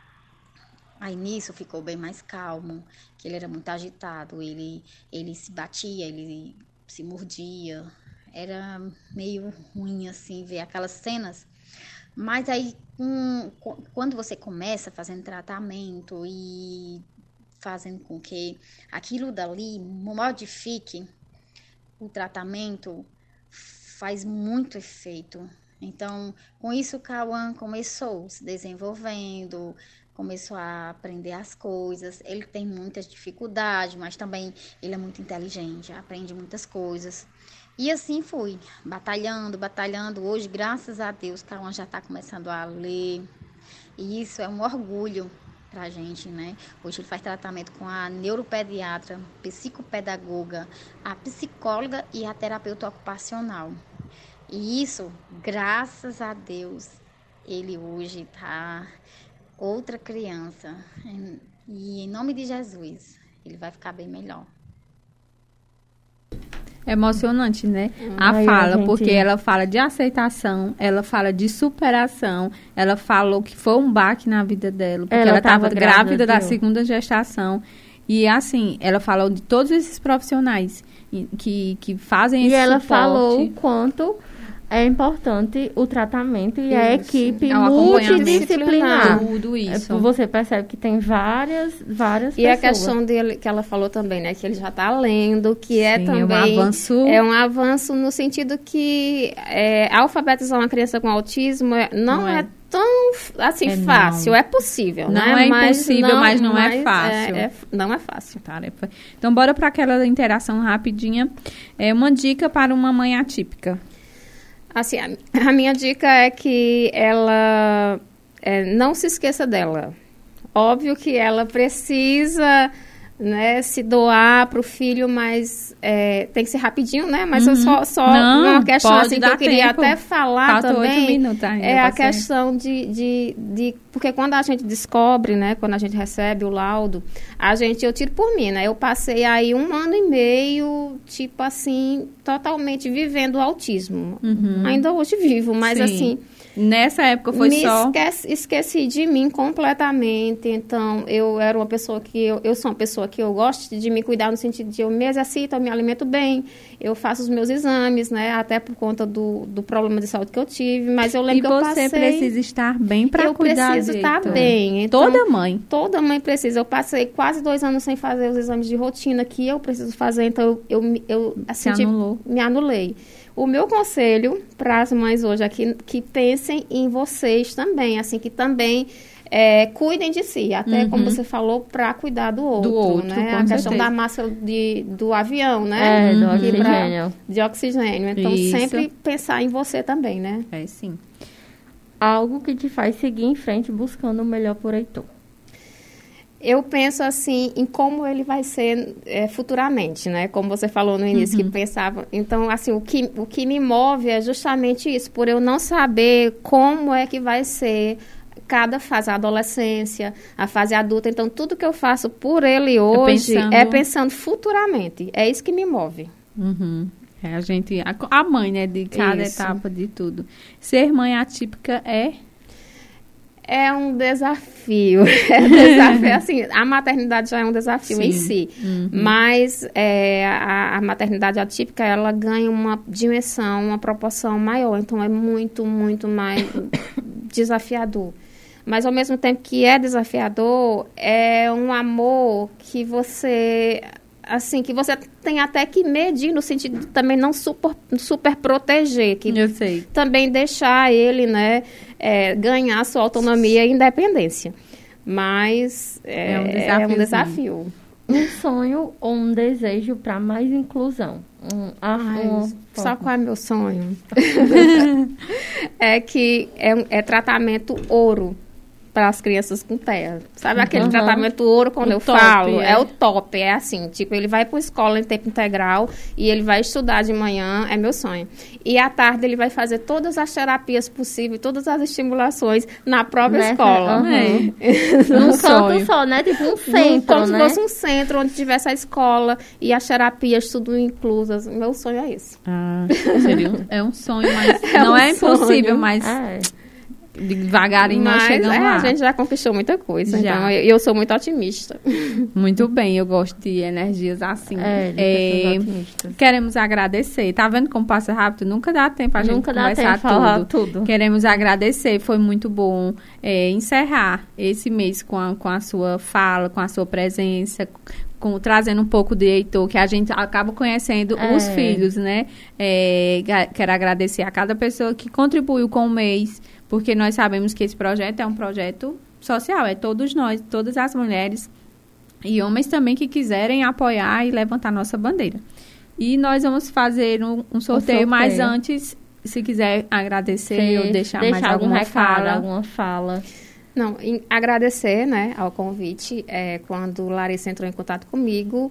Speaker 6: Aí nisso ficou bem mais calmo, que ele era muito agitado, ele, ele se batia, ele se mordia. Era meio ruim assim ver aquelas cenas. Mas aí um, quando você começa fazendo tratamento e fazendo com que aquilo dali modifique o tratamento, faz muito efeito. Então, com isso, o Cauã começou se desenvolvendo, começou a aprender as coisas. Ele tem muitas dificuldades, mas também ele é muito inteligente, aprende muitas coisas. E assim fui, batalhando, batalhando. Hoje, graças a Deus, o Cauã já está começando a ler. E isso é um orgulho pra gente, né? Hoje ele faz tratamento com a neuropediatra, psicopedagoga, a psicóloga e a terapeuta ocupacional. E isso, graças a Deus, ele hoje tá outra criança. E em nome de Jesus, ele vai ficar bem melhor.
Speaker 3: É emocionante, né? A
Speaker 2: Ai,
Speaker 3: fala,
Speaker 2: a gente...
Speaker 3: porque ela fala de aceitação, ela fala de superação, ela falou que foi um baque na vida dela, porque ela estava grávida, grávida da segunda gestação. E assim, ela falou de todos esses profissionais que, que fazem
Speaker 2: e
Speaker 3: esse
Speaker 2: ela
Speaker 3: suporte.
Speaker 2: falou o quanto é importante o tratamento e
Speaker 3: isso.
Speaker 2: a equipe
Speaker 3: é um
Speaker 2: multidisciplinar.
Speaker 3: Tudo isso.
Speaker 2: Você percebe que tem várias, várias
Speaker 1: e
Speaker 2: pessoas.
Speaker 1: a questão dele, que ela falou também, né? Que ele já está lendo, que
Speaker 3: Sim,
Speaker 1: é também...
Speaker 3: É um avanço.
Speaker 1: É um avanço no sentido que é, alfabetizar uma criança com autismo é, não, não é. é tão, assim,
Speaker 3: é
Speaker 1: fácil.
Speaker 3: Não.
Speaker 1: É possível,
Speaker 3: não
Speaker 1: né?
Speaker 3: Não é
Speaker 1: mas
Speaker 3: impossível,
Speaker 1: não,
Speaker 3: mas não
Speaker 1: mas
Speaker 3: é fácil.
Speaker 1: É, é, não é fácil.
Speaker 3: Tarefa. Então, bora para aquela interação rapidinha. É uma dica para uma mãe atípica.
Speaker 1: Assim, a, a minha dica é que ela é, não se esqueça dela. Óbvio que ela precisa, né, se doar para o filho, mas é, tem que ser rapidinho, né? Mas
Speaker 3: uhum.
Speaker 1: eu só, só
Speaker 3: não,
Speaker 1: uma questão assim, que eu queria
Speaker 3: tempo.
Speaker 1: até falar
Speaker 3: Falta
Speaker 1: também
Speaker 3: minutos ainda,
Speaker 1: é a
Speaker 3: ser.
Speaker 1: questão de, de, de... Porque quando a gente descobre, né? Quando a gente recebe o laudo, a gente, eu tiro por mim, né? Eu passei aí um ano e meio, tipo assim, totalmente vivendo o autismo.
Speaker 3: Uhum.
Speaker 1: Ainda hoje vivo, mas
Speaker 3: Sim.
Speaker 1: assim...
Speaker 3: Nessa época foi
Speaker 1: me
Speaker 3: só...
Speaker 1: esqueci, esqueci de mim completamente. Então, eu era uma pessoa que... Eu, eu sou uma pessoa que eu gosto de me cuidar no sentido de eu me exercito, eu me alimento bem, eu faço os meus exames, né? Até por conta do, do problema de saúde que eu tive. Mas eu lembro
Speaker 3: e
Speaker 1: que eu passei...
Speaker 3: E você precisa estar bem para cuidar
Speaker 1: Eu preciso
Speaker 3: direito.
Speaker 1: estar bem. Então,
Speaker 3: toda mãe.
Speaker 1: Toda mãe precisa. Eu passei quase dois anos sem fazer os exames de rotina que eu preciso fazer. Então, eu, eu, eu assim,
Speaker 3: Se anulou.
Speaker 1: Tipo, me anulei. O meu conselho para as mães hoje é que, que pensem em vocês também, assim, que também é, cuidem de si, até uhum. como você falou, para cuidar do outro,
Speaker 3: do outro,
Speaker 1: né? A
Speaker 3: certeza.
Speaker 1: questão da máscara de, do avião, né?
Speaker 2: É, do
Speaker 1: uhum.
Speaker 2: oxigênio.
Speaker 1: Pra, de oxigênio. Então,
Speaker 3: Isso.
Speaker 1: sempre pensar em você também, né?
Speaker 3: É, sim.
Speaker 2: Algo que te faz seguir em frente buscando o melhor por Heitor.
Speaker 1: Eu penso, assim, em como ele vai ser é, futuramente, né? Como você falou no início, uhum. que pensava... Então, assim, o que, o que me move é justamente isso, por eu não saber como é que vai ser cada fase, a adolescência, a fase adulta. Então, tudo que eu faço por ele hoje é pensando, é pensando futuramente. É isso que me move.
Speaker 3: Uhum. É a gente... A, a mãe, né? De cada isso. etapa de tudo. Ser mãe atípica é...
Speaker 1: É um desafio. É um desafio. Assim, a maternidade já é um desafio Sim. em si. Uhum. Mas é, a, a maternidade atípica, ela ganha uma dimensão, uma proporção maior. Então, é muito, muito mais desafiador. Mas, ao mesmo tempo que é desafiador, é um amor que você... Assim, que você tem até que medir, no sentido de também não super, super proteger. Que
Speaker 3: Eu sei.
Speaker 1: Também deixar ele, né, é, ganhar sua autonomia e independência. Mas é, é, um, é um desafio.
Speaker 2: Um sonho ou um desejo para mais inclusão? Um,
Speaker 1: Ai, um, sabe qual é meu sonho? É que é, é tratamento ouro para as crianças com T E A. Sabe aquele uhum. tratamento ouro, quando o eu top, falo? É. é o top, é assim, tipo, ele vai para a escola em tempo integral e ele vai estudar de manhã, é meu sonho. E à tarde ele vai fazer todas as terapias possíveis, todas as estimulações na própria Nessa, escola.
Speaker 2: Uhum. É. Num canto só, né? Tipo um centro,
Speaker 1: Como
Speaker 2: né?
Speaker 1: se fosse um centro onde tivesse a escola e as terapias tudo inclusas. Meu sonho é esse.
Speaker 3: Ah, seria um, é um sonho, mas é não um é impossível,
Speaker 2: sonho.
Speaker 3: mas...
Speaker 2: É.
Speaker 3: Devagarinho nós chegamos
Speaker 1: é,
Speaker 3: lá.
Speaker 1: A gente já conquistou muita coisa,
Speaker 3: já.
Speaker 1: Então eu, eu sou muito otimista.
Speaker 3: Muito bem, eu gosto de energias assim.
Speaker 2: É, de
Speaker 3: é,
Speaker 2: otimistas.
Speaker 3: Queremos agradecer. Tá vendo como passa rápido? Nunca dá tempo a gente
Speaker 2: Nunca
Speaker 3: conversar
Speaker 2: dá tempo
Speaker 3: tudo.
Speaker 2: falar tudo.
Speaker 3: Queremos agradecer, foi muito bom é, encerrar esse mês com a, com a sua fala, com a sua presença, com, trazendo um pouco de Heitor, que a gente acaba conhecendo
Speaker 2: É.
Speaker 3: os filhos, né? É, ga- quero agradecer a cada pessoa que contribuiu com o mês, porque nós sabemos que esse projeto é um projeto social, é todos nós, todas as mulheres e homens também que quiserem apoiar e levantar nossa bandeira. E nós vamos fazer um, um sorteio,
Speaker 2: sorteio.
Speaker 3: mas antes, se quiser agradecer
Speaker 2: Você
Speaker 3: ou deixar,
Speaker 2: deixar
Speaker 3: mais
Speaker 2: algum
Speaker 3: alguma
Speaker 2: recado,
Speaker 3: fala.
Speaker 2: alguma fala.
Speaker 1: Não, em- agradecer, né, ao convite. É, quando Larissa entrou em contato comigo,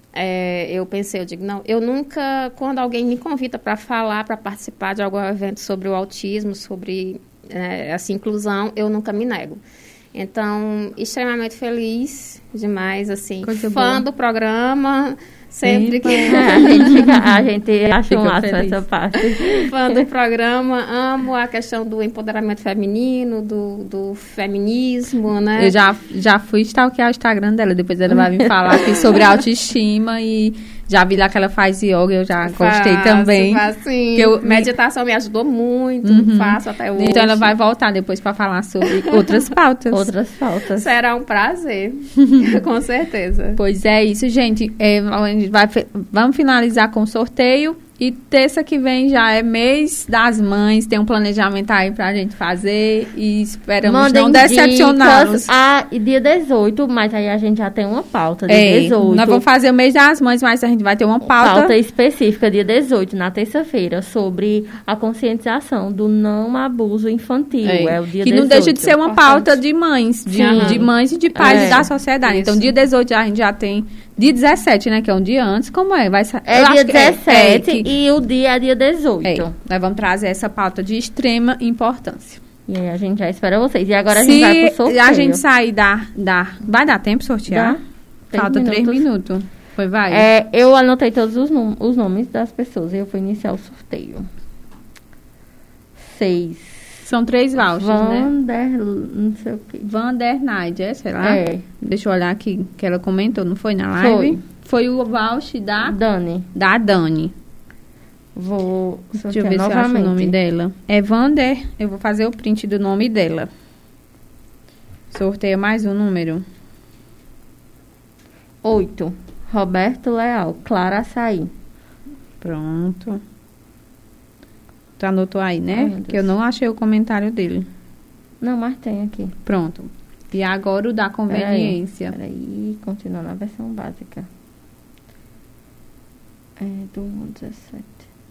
Speaker 1: é, eu pensei, eu digo, não, eu nunca, quando alguém me convida para falar, para participar de algum evento sobre o autismo, sobre é, essa inclusão, eu nunca me nego. Então, extremamente feliz demais, assim,
Speaker 3: Coisa
Speaker 1: fã
Speaker 3: boa.
Speaker 1: do programa, sempre que...
Speaker 2: a gente, fica, a gente acha
Speaker 3: Fica
Speaker 2: massa
Speaker 3: feliz.
Speaker 2: essa parte.
Speaker 1: Fã do programa, amo a questão do empoderamento feminino, do, do feminismo, né?
Speaker 3: Eu já, já fui stalkear o Instagram dela, depois ela vai me falar aqui sobre autoestima e já vi lá que ela faz yoga, eu já gostei
Speaker 1: Faço,
Speaker 3: também.
Speaker 1: faço, sim.
Speaker 3: Que eu-
Speaker 1: Meditação me ajudou muito,
Speaker 3: Uhum.
Speaker 1: faço até hoje.
Speaker 3: Então ela vai voltar depois para falar sobre outras pautas.
Speaker 2: Outras faltas.
Speaker 1: Será um prazer, com certeza.
Speaker 3: Pois é isso, gente. É, a gente vai fe- vamos finalizar com o sorteio. E terça que vem já é mês das mães. Tem um planejamento aí pra gente fazer. E esperamos
Speaker 2: Mandem
Speaker 3: não decepcioná-los.
Speaker 2: dicas a dia dezoito, mas aí a gente já tem uma pauta, dia
Speaker 3: É,
Speaker 2: dezoito.
Speaker 3: nós vamos fazer o mês das mães, mas a gente vai ter uma pauta.
Speaker 2: Pauta específica, dia dezoito, na terça-feira, sobre a conscientização do não abuso infantil. É,
Speaker 3: É,
Speaker 2: o dia
Speaker 3: que
Speaker 2: dezoito.
Speaker 3: não deixa de ser uma
Speaker 1: Importante.
Speaker 3: pauta de mães, de,
Speaker 2: Sim.
Speaker 3: de mães e de pais
Speaker 2: É.
Speaker 3: da sociedade. Então,
Speaker 1: Isso.
Speaker 3: dia dezoito a gente já tem. Dia dezessete, né? Que é um dia antes. Como é? Vai sa-
Speaker 2: É
Speaker 3: eu
Speaker 2: dia
Speaker 3: acho que é-
Speaker 2: dezessete
Speaker 3: é, que-
Speaker 2: e o dia é dia dezoito.
Speaker 3: é, nós vamos trazer essa pauta de extrema importância.
Speaker 2: E aí a gente já espera vocês. E agora a
Speaker 3: Se
Speaker 2: gente vai pro sorteio.
Speaker 3: a gente sair da, da... Vai dar tempo sortear?
Speaker 2: Dá. Três
Speaker 3: Falta três
Speaker 2: minutos.
Speaker 3: minutos. Foi, vai.
Speaker 2: É, eu anotei todos os, nom- os nomes das pessoas e eu vou iniciar o sorteio. Seis.
Speaker 3: São três vouchers, né?
Speaker 2: Vander... Não sei o que.
Speaker 3: Vander Naide, sei lá.
Speaker 2: É.
Speaker 3: Deixa eu olhar aqui, que ela comentou, não foi na live?
Speaker 2: Foi.
Speaker 3: Foi o voucher da,
Speaker 2: Dani.
Speaker 3: da Dani.
Speaker 2: Vou
Speaker 3: Deixa eu
Speaker 2: sortear
Speaker 3: ver se eu acho o
Speaker 2: novamente.
Speaker 3: nome dela. É Vander. Eu vou fazer o print do nome dela. Sorteia mais um número.
Speaker 2: Oito. Roberto Leal. Clara Açaí.
Speaker 3: Pronto. Tu anotou aí,
Speaker 2: Ai,
Speaker 3: né?
Speaker 2: meu
Speaker 3: Que eu
Speaker 2: Deus.
Speaker 3: não achei o comentário dele.
Speaker 2: Não, mas tem aqui.
Speaker 3: Pronto. E agora o da conveniência.
Speaker 2: Peraí, continua na versão básica. É do dezessete.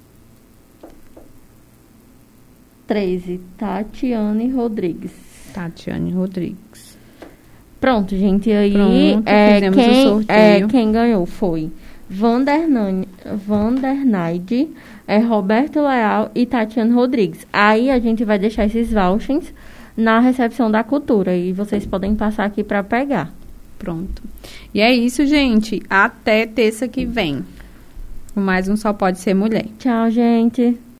Speaker 2: treze. Tatiane Rodrigues.
Speaker 3: Tatiane Rodrigues.
Speaker 2: Pronto, gente. E aí,
Speaker 3: Pronto,
Speaker 2: é,
Speaker 3: fizemos o
Speaker 2: quem,
Speaker 3: sorteio.
Speaker 2: é, quem ganhou foi Vandernan- Vandernaide, é, Roberto Leal e Tatiane Rodrigues. Aí a gente vai deixar esses vouchers na recepção da cultura e vocês podem passar aqui para pegar.
Speaker 3: Pronto. E é isso, gente. Até terça que vem. Mais um Só Pode Ser Mulher.
Speaker 2: Tchau, gente.